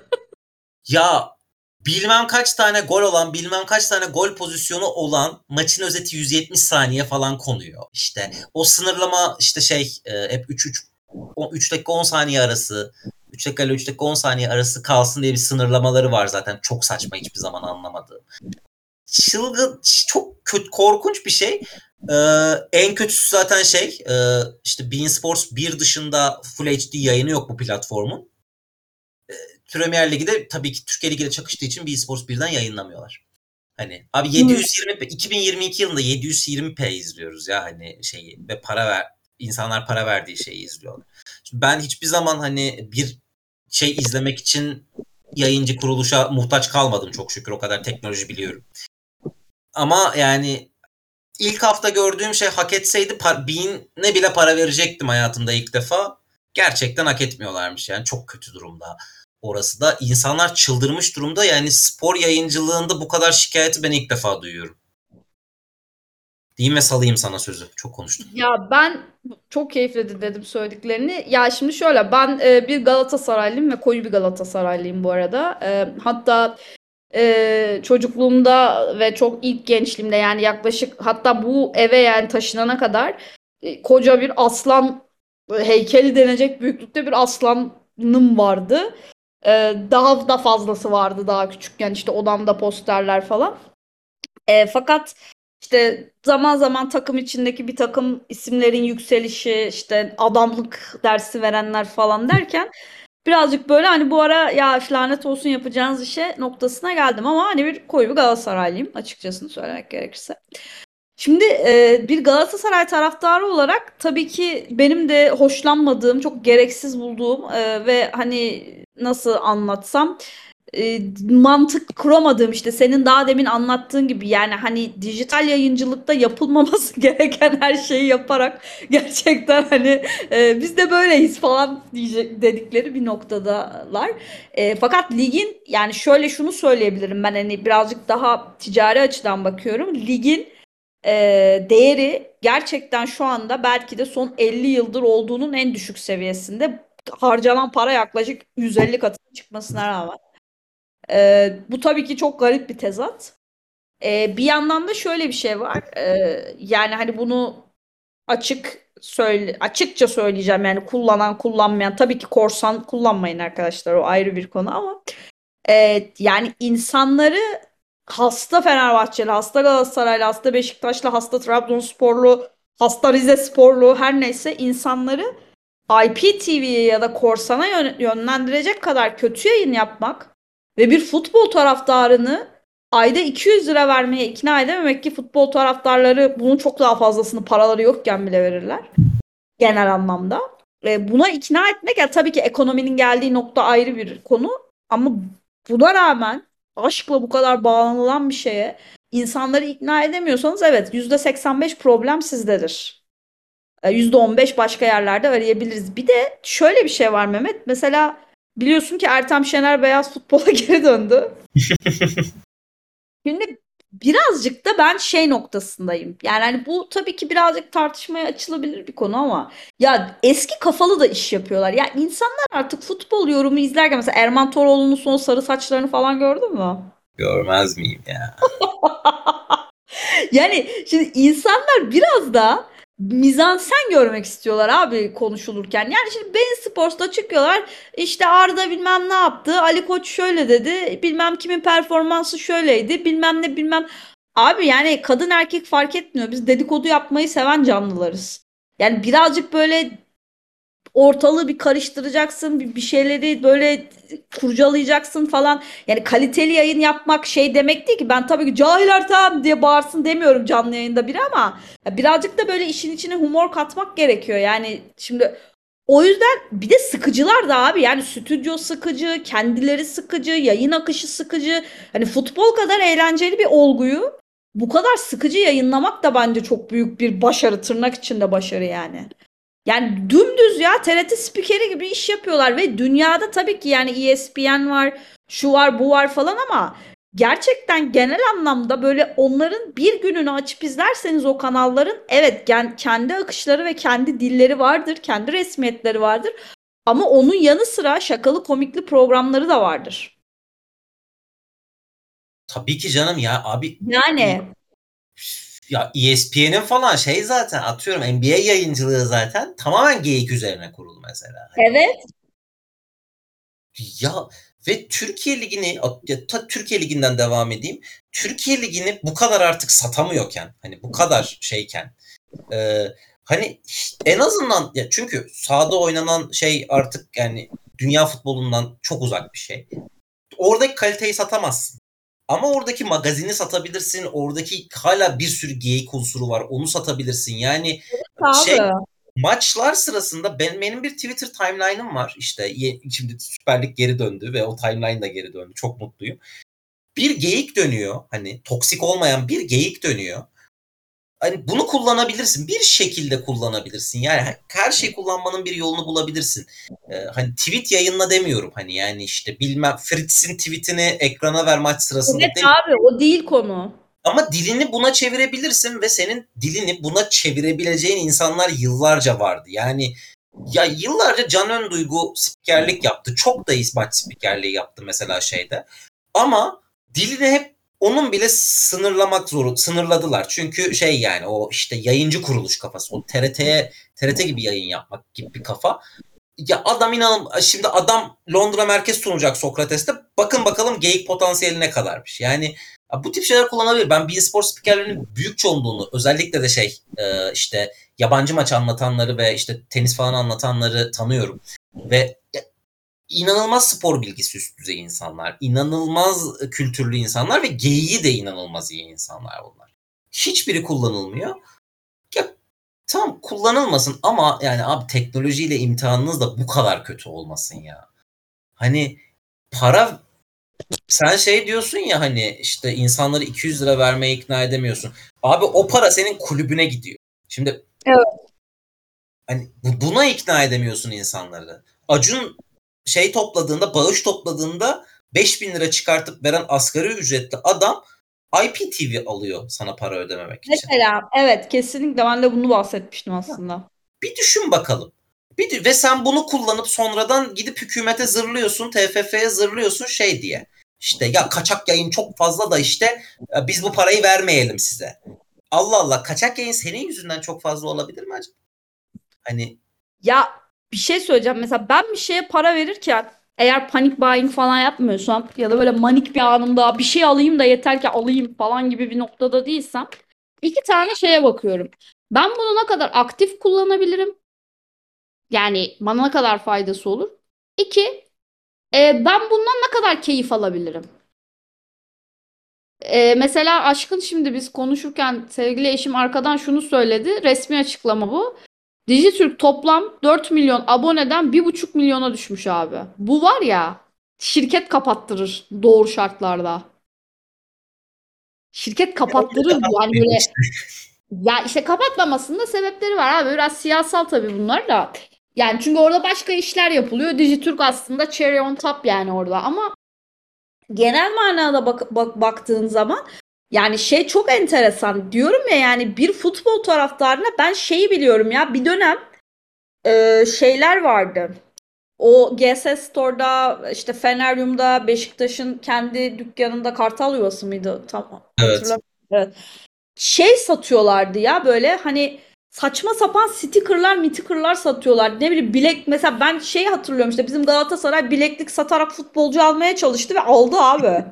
Ya bilmem kaç tane gol olan, bilmem kaç tane gol pozisyonu olan maçın özeti 170 saniye falan konuyor. İşte o sınırlama hep 3 dakika 10 saniye arası, 3 dakika ile 3 dakika 10 saniye arası kalsın diye bir sınırlamaları var zaten. Çok saçma, hiçbir zaman anlamadığım. Çılgın, çok kötü, korkunç bir şey. En kötüsü zaten işte beIN Sports 1 dışında Full HD yayını yok bu platformun. Premier Ligi de tabii ki Türkiye Ligi ile çakıştığı için beIN Sports 1'den yayınlamıyorlar. Hani abi 720p, 2022 yılında 720p izliyoruz ya hani ve insanlar para verdiği şeyi izliyorlar. Şimdi ben hiçbir zaman hani bir şey izlemek için yayıncı kuruluşa muhtaç kalmadım çok şükür, o kadar teknoloji biliyorum. Ama yani ilk hafta gördüğüm şey hak etseydi beIN'e bile para verecektim hayatımda ilk defa. Gerçekten hak etmiyorlarmış yani, çok kötü durumda. Orası da insanlar çıldırmış durumda, yani spor yayıncılığında bu kadar şikayeti ben ilk defa duyuyorum. Diyeyim ve salayım sana sözü. Çok konuştum. Ya ben çok keyifle dinledim söylediklerini. Ya şimdi şöyle, ben bir Galatasaraylıyım ve koyu bir Galatasaraylıyım bu arada. Hatta çocukluğumda ve çok ilk gençliğimde, yani yaklaşık, hatta bu eve yani taşınana kadar koca bir aslan heykeli denecek büyüklükte bir aslanım vardı. Daha da fazlası vardı daha küçükken, işte odamda posterler falan. Fakat işte zaman zaman takım içindeki bir takım isimlerin yükselişi, işte adamlık dersi verenler falan derken birazcık böyle hani bu ara ya lanet olsun yapacağınız işe noktasına geldim, ama hani bir koyu bir Galatasaraylıyım açıkçası söylemek gerekirse. Şimdi bir Galatasaray taraftarı olarak tabii ki benim de hoşlanmadığım, çok gereksiz bulduğum ve hani nasıl anlatsam mantık kuramadığım, işte senin daha demin anlattığın gibi, yani hani dijital yayıncılıkta yapılmaması gereken her şeyi yaparak gerçekten hani biz de böyleyiz falan dedikleri bir noktadalar. Fakat ligin, yani şöyle şunu söyleyebilirim, ben hani birazcık daha ticari açıdan bakıyorum. Ligin değeri gerçekten şu anda belki de son 50 yıldır olduğunun en düşük seviyesinde. Harcanan para yaklaşık 150 katına çıkmasına rağmen. Bu tabii ki çok garip bir tezat. Bir yandan da şöyle bir şey var. Yani hani bunu açıkça söyleyeceğim. Yani kullanan kullanmayan, tabii ki korsan kullanmayın arkadaşlar, o ayrı bir konu, ama yani insanları, hasta Fenerbahçeli, hasta Galatasaraylı, hasta Beşiktaşlı, hasta Trabzonsporlu, hasta Rizesporlu, her neyse, insanları IPTV'ye ya da korsana yönlendirecek kadar kötü yayın yapmak ve bir futbol taraftarını ayda 200 lira vermeye ikna edememek, ki futbol taraftarları bunun çok daha fazlasını paraları yokken bile verirler genel anlamda. Buna ikna etmek, ya tabii ki ekonominin geldiği nokta ayrı bir konu, ama buna rağmen aşkla bu kadar bağlanılan bir şeye insanları ikna edemiyorsanız evet %85 problem sizdedir. %15 başka yerlerde arayabiliriz. Bir de şöyle bir şey var Mehmet. Mesela biliyorsun ki Ertem Şener beyaz futbola geri döndü. Şimdi birazcık da ben şey noktasındayım. Yani hani bu tabii ki birazcık tartışmaya açılabilir bir konu ama ya eski kafalı da iş yapıyorlar. Ya insanlar artık futbol yorumu izlerken mesela Erman Toroğlu'nun son sarı saçlarını falan gördün mü? Görmez miyim ya? Yani şimdi insanlar biraz da mizansen görmek istiyorlar abi konuşulurken. Yani şimdi Bein Sports'ta çıkıyorlar. İşte Arda bilmem ne yaptı. Ali Koç şöyle dedi. Bilmem kimin performansı şöyleydi. Bilmem ne bilmem. Abi yani kadın erkek fark etmiyor. Biz dedikodu yapmayı seven canlılarız. Yani birazcık böyle ortalığı bir karıştıracaksın, bir şeyleri böyle kurcalayacaksın falan. Yani kaliteli yayın yapmak şey demek değil ki. Ben tabii ki cahil Ertem diye bağırsın demiyorum canlı yayında biri ama ya birazcık da böyle işin içine humor katmak gerekiyor. Yani şimdi o yüzden bir de sıkıcılar da abi yani stüdyo sıkıcı, kendileri sıkıcı, yayın akışı sıkıcı. Hani futbol kadar eğlenceli bir olguyu bu kadar sıkıcı yayınlamak da bence çok büyük bir başarı, tırnak içinde başarı yani. Yani dümdüz ya TRT spikeri gibi iş yapıyorlar ve dünyada tabii ki yani ESPN var, şu var, bu var falan ama gerçekten genel anlamda böyle onların bir gününü açıp izlerseniz o kanalların evet kendi akışları ve kendi dilleri vardır, kendi resmiyetleri vardır ama onun yanı sıra şakalı komikli programları da vardır. Tabii ki canım ya abi, Yani ya ESPN'in falan şey zaten atıyorum NBA yayıncılığı zaten tamamen geyik üzerine kurulu mesela. Hani evet. ya ve Türkiye Ligi'ni Türkiye Ligi'nden devam edeyim. Türkiye Ligi'ni bu kadar artık satamıyorken hani bu kadar şeyken e, hani en azından ya çünkü sahada oynanan şey artık yani dünya futbolundan çok uzak bir şey. Oradaki kaliteyi satamazsın. Ama oradaki magazini satabilirsin. Oradaki hala bir sürü geyik unsuru var. Onu satabilirsin. Yani şey Abi. maçlar sırasında benim bir Twitter timeline'ım var. İşte şimdi Süper Lig geri döndü ve o timeline da geri döndü. Çok mutluyum. Bir geyik dönüyor. Hani toksik olmayan bir geyik dönüyor. Hani bunu kullanabilirsin. Bir şekilde kullanabilirsin. Yani her şeyi kullanmanın bir yolunu bulabilirsin. Hani tweet yayınla demiyorum. Hani yani işte bilmem Fritz'in tweetini ekrana ver maç sırasında Evet abi o değil konu. ama dilini buna çevirebilirsin ve senin dilini buna çevirebileceğin insanlar yıllarca vardı. Yani ya yıllarca Can Önduygu spikerlik yaptı. Çok da iyi maç spikerliği yaptı mesela şeyde. Ama dilini hep onun bile sınırladılar. Çünkü şey yani o işte yayıncı kuruluş kafası. O TRT gibi yayın yapmak gibi bir kafa. Ya adam şimdi adam Londra merkez sunacak Sokrates'te. Bakın bakalım geyik potansiyeli ne kadarmış. Yani bu tip şeyler kullanılabilir. Ben beIN Spor spikerlerinin büyük çoğunluğunu özellikle de işte yabancı maç anlatanları ve işte tenis falan anlatanları tanıyorum. Ve inanılmaz spor bilgisi üst düzey insanlar. İnanılmaz kültürlü insanlar ve geyiği de inanılmaz iyi insanlar bunlar. Hiçbiri kullanılmıyor. Ya tamam kullanılmasın ama yani abi teknolojiyle imtihanınız da bu kadar kötü olmasın ya. Hani para sen şey diyorsun ya hani işte insanları 200 lira vermeye ikna edemiyorsun. Abi o para senin kulübüne gidiyor. Şimdi Evet. hani buna ikna edemiyorsun insanları. Acun bağış topladığında 5.000 lira çıkartıp veren asgari ücretli adam IPTV alıyor sana para ödememek için. Mesela evet kesinlikle ben de bunu bahsetmiştim aslında. Bir düşün bakalım. Ve sen bunu kullanıp sonradan gidip hükümete zırlıyorsun, TFF'ye zırlıyorsun şey diye. İşte ya kaçak yayın çok fazla da işte biz bu parayı vermeyelim size. Allah Allah kaçak yayın senin yüzünden çok fazla olabilir mi acaba? Hani Ya bir şey söyleyeceğim. Mesela ben bir şeye para verirken eğer panik buying falan yapmıyorsam ya da böyle manik bir anımda bir şey alayım da yeter ki alayım falan gibi bir noktada değilsem iki tane şeye bakıyorum. Ben bunu ne kadar aktif kullanabilirim? Yani bana ne kadar faydası olur? İki, ben bundan ne kadar keyif alabilirim? Mesela Aşkın şimdi biz konuşurken sevgili eşim arkadan şunu söyledi. Resmi açıklama bu. Dijitürk toplam 4 milyon aboneden 1,5 milyona düşmüş abi. Bu var ya şirket kapattırır doğru şartlarda. Şirket kapattırır yani Kapatmıyor böyle. işte. Ya işte kapatmamasının da sebepleri var abi. Biraz siyasal tabii bunlar da. Yani çünkü orada başka işler yapılıyor. Dijitürk aslında cherry on top yani orada. Ama genel manada baktığın zaman yani şey çok enteresan. Diyorum ya yani bir futbol taraftarına ben şeyi biliyorum ya. Bir dönem şeyler vardı. O GS Store'da işte Feneryum'da Beşiktaş'ın kendi dükkanında Kartal Yuvası mıydı? Tam Evet. hatırlamıyorum. Evet. Şey satıyorlardı ya böyle hani saçma sapan stickerlar satıyorlar. Ne bileyim bilek mesela ben şey hatırlıyorum işte bizim Galatasaray bileklik satarak futbolcu almaya çalıştı ve aldı abi.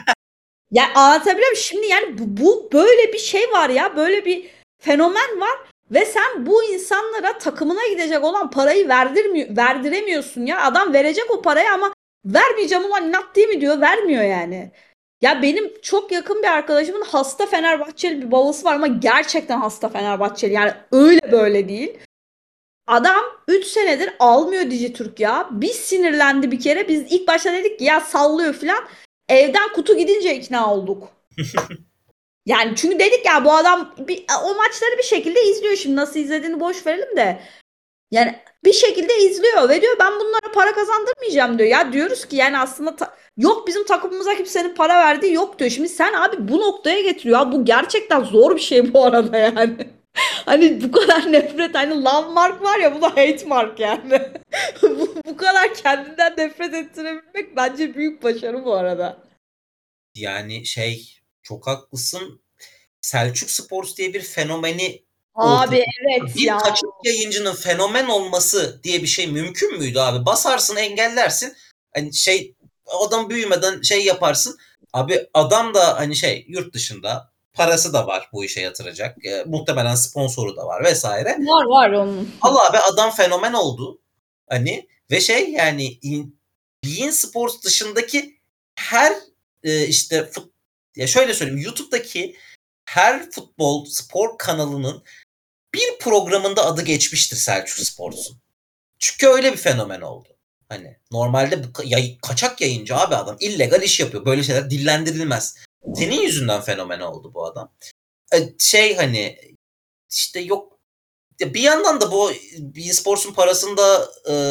Ya anlatabiliyor muyum? Şimdi yani bu böyle bir şey var ya böyle bir fenomen var ve sen bu insanlara takımına gidecek olan parayı verdiremiyorsun ya. Adam verecek o parayı ama vermeyeceğim ulan inat değil mi diyor vermiyor yani. Ya benim çok yakın bir arkadaşımın hasta Fenerbahçeli bir babası var ama gerçekten hasta Fenerbahçeli. Yani öyle böyle değil. Adam 3 senedir almıyor Dijitürk ya. Biz sinirlendi bir kere. Biz ilk başta dedik ki ya sallıyor falan. Evden kutu gidince ikna olduk. Yani çünkü dedik ya bu adam o maçları bir şekilde izliyor. Şimdi nasıl izlediğini boş verelim de. Yani bir şekilde izliyor ve diyor ben bunlara para kazandırmayacağım diyor. Ya diyoruz ki yani aslında yok bizim takımımıza kimsenin para verdiği yok diyor. Şimdi sen abi bu noktaya getiriyor. Ya bu gerçekten zor bir şey bu arada yani. Hani bu kadar nefret hani love mark var ya bu da hate mark yani. Bu kadar kendinden nefret ettirebilmek bence büyük başarı bu arada. Yani çok haklısın. Selçuk Sports diye bir fenomeni ortaya Abi evet bir ya. kaçak yayıncının fenomen olması diye bir şey mümkün müydü abi? Basarsın, engellersin. Hani adam büyümeden yaparsın. Abi adam da hani yurt dışında parası da var bu işe yatıracak. Muhtemelen sponsoru da var vesaire. Var onun. Allah abi adam fenomen oldu. Hani ve yani beIN Sports dışındaki her işte ya şöyle söyleyeyim YouTube'daki her futbol spor kanalının bir programında adı geçmiştir Selçuk Sports'un. Çünkü öyle bir fenomen oldu. Hani normalde bu kaçak yayıncı abi adam illegal iş yapıyor. Böyle şeyler dillendirilmez. Senin yüzünden fenomen oldu bu adam. Hani işte yok ya bir yandan da bu e-sports'un parasını da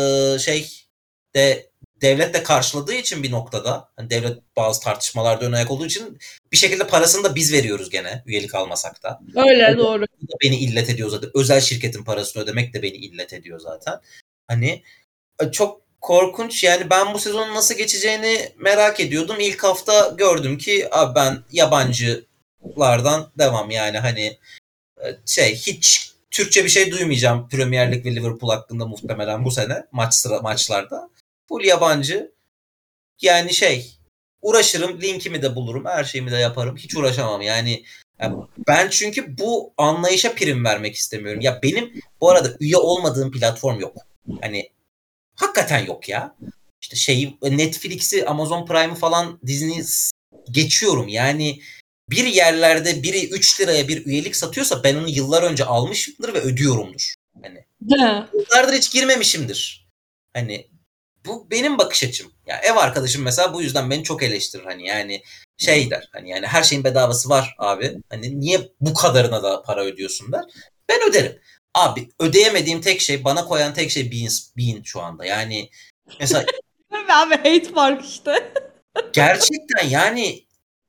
de devlet de karşıladığı için bir noktada hani devlet bazı tartışmalarda ön ayak olduğu için bir şekilde parasını da biz veriyoruz gene üyelik almasak da. Öyle doğru. Bu da beni illet ediyor zaten. Özel şirketin parasını ödemek de beni illet ediyor zaten. Hani çok korkunç yani ben bu sezonun nasıl geçeceğini merak ediyordum. İlk hafta gördüm ki abi ben yabancılardan devam yani hani hiç Türkçe bir şey duymayacağım Premier Lig ve Liverpool hakkında muhtemelen bu sene maçlarda. Full yabancı. Yani uğraşırım, linkimi de bulurum, her şeyimi de yaparım. Hiç uğraşamam yani. Ben çünkü bu anlayışa prim vermek istemiyorum. Ya benim bu arada üye olmadığım platform yok. Hani hakikaten yok ya. İşte Netflix'i, Amazon Prime'ı falan Disney'i geçiyorum. Yani bir yerlerde biri 3 liraya bir üyelik satıyorsa ben onu yıllar önce almışımdır ve ödüyorumdur. Hani yıllardır hiç girmemişimdir. Hani bu benim bakış açım. Ya ev arkadaşım mesela bu yüzden beni çok eleştirir hani yani der hani yani her şeyin bedavası var abi. Hani niye bu kadarına da para ödüyorsun der. Ben öderim. Abi ödeyemediğim tek şey bana koyan tek şey bean şu anda. Yani mesela Abi hate mark işte. gerçekten yani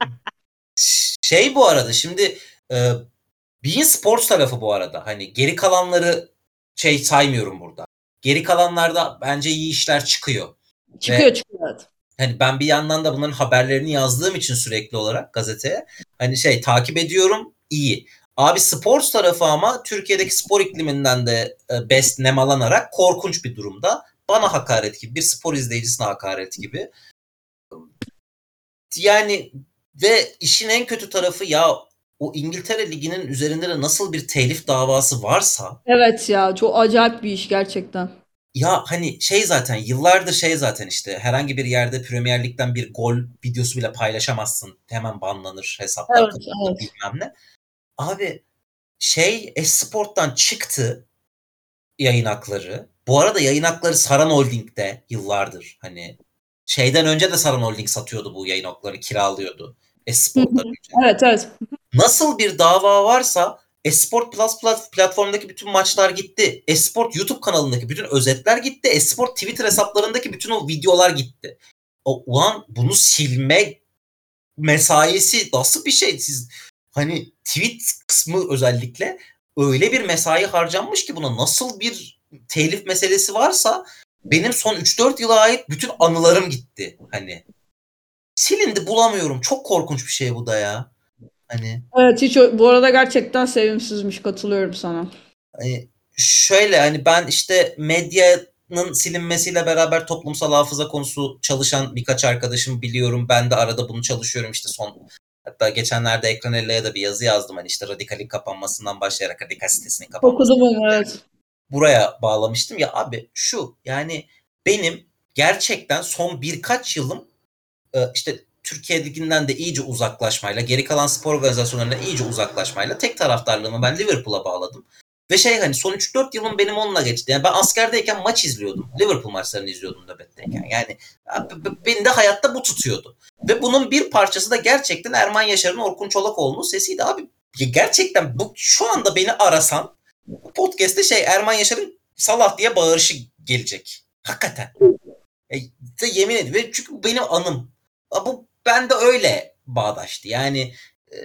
bu arada şimdi beIN Sports tarafı bu arada hani geri kalanları saymıyorum burada. Geri kalanlarda bence iyi işler çıkıyor. Ve Çıkıyor. hani ben bir yandan da bunların haberlerini yazdığım için sürekli olarak gazeteye hani takip ediyorum iyi. Abi sports tarafı ama Türkiye'deki spor ikliminden de best nemalanarak korkunç bir durumda. Bana hakaret gibi, bir spor izleyicisine hakaret gibi. Yani ve işin en kötü tarafı ya o İngiltere Ligi'nin üzerinde de nasıl bir telif davası varsa Evet ya çok acayip bir iş gerçekten. ya hani zaten yıllardır zaten işte herhangi bir yerde Premier Lig'den bir gol videosu bile paylaşamazsın. Hemen banlanır, hesaplar Evet, kapatılır evet. bilmem ne. Abi Esport'tan çıktı yayın hakları. Bu arada yayın hakları Saran Holding'de yıllardır. Hani önce de Saran Holding satıyordu bu yayın hakları, kiralıyordu. Hı Esportlar hı. üzerine. Evet, evet. Nasıl bir dava varsa Esport Plus platformundaki bütün maçlar gitti. Esport YouTube kanalındaki bütün özetler gitti. Esport Twitter hesaplarındaki bütün o videolar gitti. Ulan bunu silme mesaisi nasıl bir şey? Siz hani tweet kısmı özellikle öyle bir mesai harcanmış ki buna, nasıl bir telif meselesi varsa benim son 3-4 yıla ait bütün anılarım gitti. Hani silindi, bulamıyorum. Çok korkunç bir şey bu da ya. Hani Evet, bu arada gerçekten sevimsizmiş, katılıyorum sana. hani şöyle, hani ben işte medyanın silinmesiyle beraber toplumsal hafıza konusu çalışan birkaç arkadaşım biliyorum. Ben de arada bunu çalışıyorum işte hatta geçenlerde Ekran Elle'ye de bir yazı yazdım. Hani işte Radikal'in kapanmasından başlayarak Radikal sitesinin kapanması. Okudum onu, evet. Buraya bağlamıştım ya abi, şu yani benim gerçekten son birkaç yılım işte Türkiye Ligi'nden de iyice uzaklaşmayla, geri kalan spor organizasyonlarından iyice uzaklaşmayla tek taraftarlığımı ben Liverpool'a bağladım. Ve hani son 3-4 yılım benim onunla geçti. Yani ben askerdeyken maç izliyordum. Liverpool maçlarını izliyordum nöbetteyken. Yani beni de hayatta bu tutuyordu. Ve bunun bir parçası da gerçekten Erman Yaşar'ın, Orkun Çolakoğlu'nun sesiydi abi. Gerçekten şu anda beni arasan bu podcast'te Erman Yaşar'ın Salah diye bağırışı gelecek. Hakikaten. Yemin ediyorum. Çünkü bu benim anım. Bu bende öyle bağdaştı. Yani e,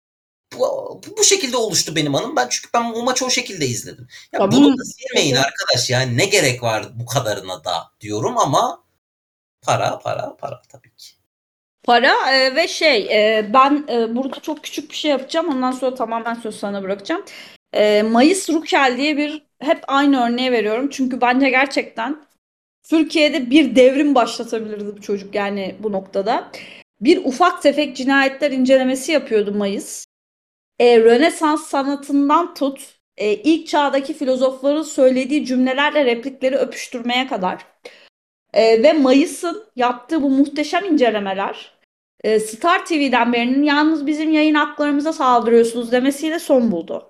bu şekilde oluştu benim anım. Çünkü ben o maçı o şekilde izledim. Ya bunu Tamam. da silmeyin arkadaş. Yani ne gerek var bu kadarına da diyorum ama para para para tabii ki. Para ve ben burada çok küçük bir şey yapacağım. Ondan sonra tamamen söz sana bırakacağım. Mayıs Rukel diye hep aynı örneği veriyorum. Çünkü bence gerçekten Türkiye'de bir devrim başlatabilirdi bu çocuk yani bu noktada. Bir ufak tefek cinayetler incelemesi yapıyordu Mayıs. Rönesans sanatından tut, ilk çağdaki filozofların söylediği cümlelerle replikleri öpüştürmeye kadar. Ve Mayıs'ın yaptığı bu muhteşem incelemeler Star TV'den birinin yalnız bizim yayın haklarımıza saldırıyorsunuz demesiyle son buldu.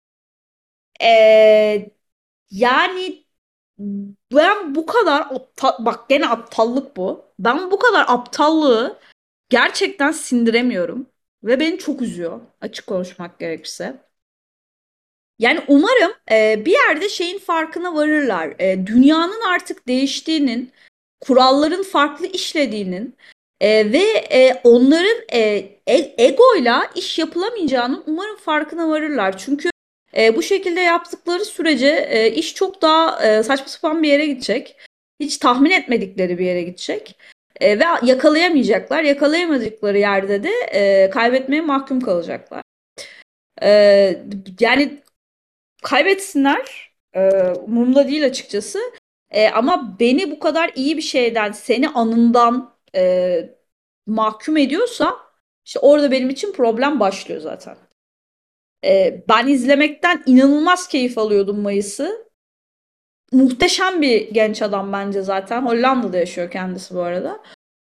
E, Yani ben bu kadar bak gene aptallık bu. Ben bu kadar aptallığı gerçekten sindiremiyorum ve beni çok üzüyor, açık konuşmak gerekirse. Yani umarım bir yerde şeyin farkına varırlar. Dünyanın artık değiştiğinin, kuralların farklı işlediğinin ve onların egoyla iş yapılamayacağının umarım farkına varırlar. Çünkü bu şekilde yaptıkları sürece iş çok daha saçma sapan bir yere gidecek. Hiç tahmin etmedikleri bir yere gidecek. Ve yakalayamayacaklar. Yakalayamadıkları yerde de kaybetmeye mahkum kalacaklar. E, Yani kaybetsinler. Umurumda değil açıkçası. Ama beni bu kadar iyi bir şeyden, seni anından mahkum ediyorsa işte orada benim için problem başlıyor zaten. Ben izlemekten inanılmaz keyif alıyordum Mayıs'ı. Muhteşem bir genç adam bence zaten. Hollanda'da yaşıyor kendisi bu arada.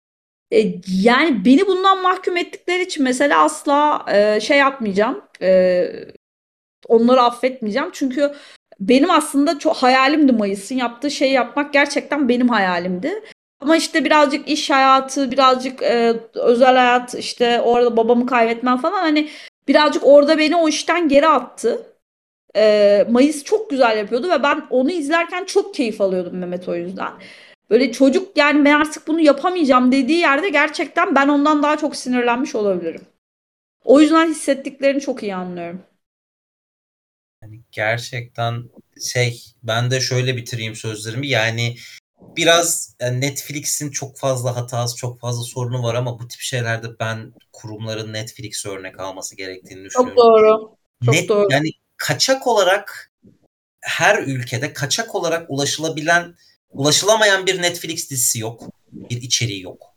Yani beni bundan mahkum ettikleri için mesela asla şey yapmayacağım. Onları affetmeyeceğim. Çünkü benim aslında çok hayalimdi Mayıs'ın. Yaptığı şeyi yapmak gerçekten benim hayalimdi. Ama işte birazcık iş hayatı, birazcık özel hayat, işte orada babamı kaybetmem falan hani birazcık orada beni o işten geri attı. Mayıs çok güzel yapıyordu ve ben onu izlerken çok keyif alıyordum Mehmet o yüzden. Böyle çocuk yani ben artık bunu yapamayacağım dediği yerde gerçekten ben ondan daha çok sinirlenmiş olabilirim. O yüzden hissettiklerini çok iyi anlıyorum. Yani gerçekten ben de şöyle bitireyim sözlerimi. Yani biraz Netflix'in çok fazla hatası, çok fazla sorunu var ama bu tip şeylerde ben kurumların Netflix örnek alması gerektiğini Çok düşünüyorum. doğru. Çok doğru. Yani kaçak olarak her ülkede kaçak olarak ulaşılamayan bir Netflix dizisi yok. Bir içeriği yok.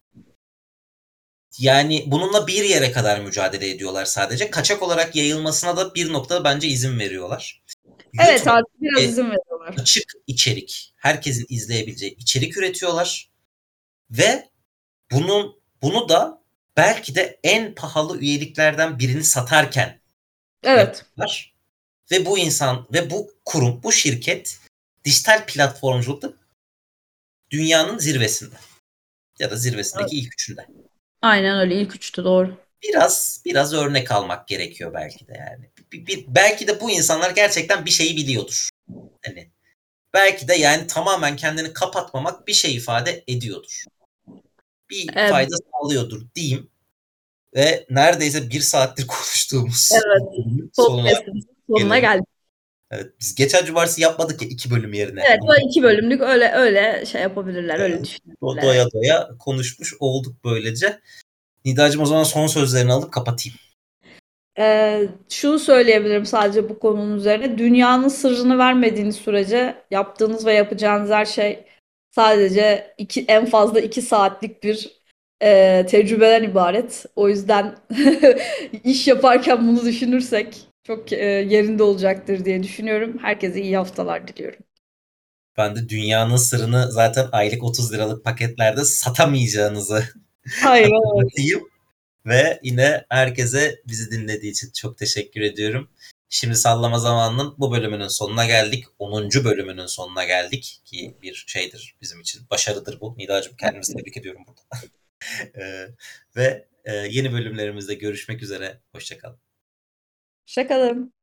Yani bununla bir yere kadar mücadele ediyorlar sadece. Kaçak olarak yayılmasına da bir noktada bence izin veriyorlar. Evet, YouTube artık biraz izin veriyorlar. açık içerik, herkesin izleyebileceği içerik üretiyorlar ve bunu da belki de en pahalı üyeliklerden birini satarken Evet. yapıyorlar. Ve bu kurum, bu şirket dijital platformculukta dünyanın zirvesinde ya da Evet. zirvesindeki ilk üçünde. Aynen öyle. İlk üçtü doğru. biraz örnek almak gerekiyor belki de yani. Belki de bu insanlar gerçekten bir şeyi biliyordur. Hani belki de yani tamamen kendini kapatmamak bir şey ifade ediyordur. Bir Ee, fayda sağlıyordur diyeyim ve neredeyse 1 saattir konuştuğumuz evet. bölümün sonuna Podcast'ımızın sonuna gelelim. geldik. Evet, biz geçen cumartesi yapmadık ya 2 bölüm yerine. Evet, Onu böyle 2 bölümlük öyle şey yapabilirler, öyle düşünebilirler. doya doya konuşmuş olduk böylece. Nidacığım o zaman son sözlerini alıp kapatayım. Şunu söyleyebilirim sadece bu konunun üzerine. Dünyanın sırrını vermediğiniz sürece yaptığınız ve yapacağınız her şey sadece en fazla 2 saatlik bir tecrübeden ibaret. O yüzden iş yaparken bunu düşünürsek çok yerinde olacaktır diye düşünüyorum. Herkese iyi haftalar diliyorum. Ben de dünyanın sırrını zaten aylık 30 liralık paketlerde satamayacağınızı Aynen öyle. hatırlatayım. Ve yine herkese bizi dinlediği için çok teşekkür ediyorum. Şimdi sallama zamanının bu bölümünün sonuna geldik. 10. bölümünün sonuna geldik ki bir şeydir bizim için. Başarıdır bu. Nidacığım kendimizi tebrik ediyorum burada. Ve yeni bölümlerimizde görüşmek üzere. Hoşça kalın. Hoşça kalın.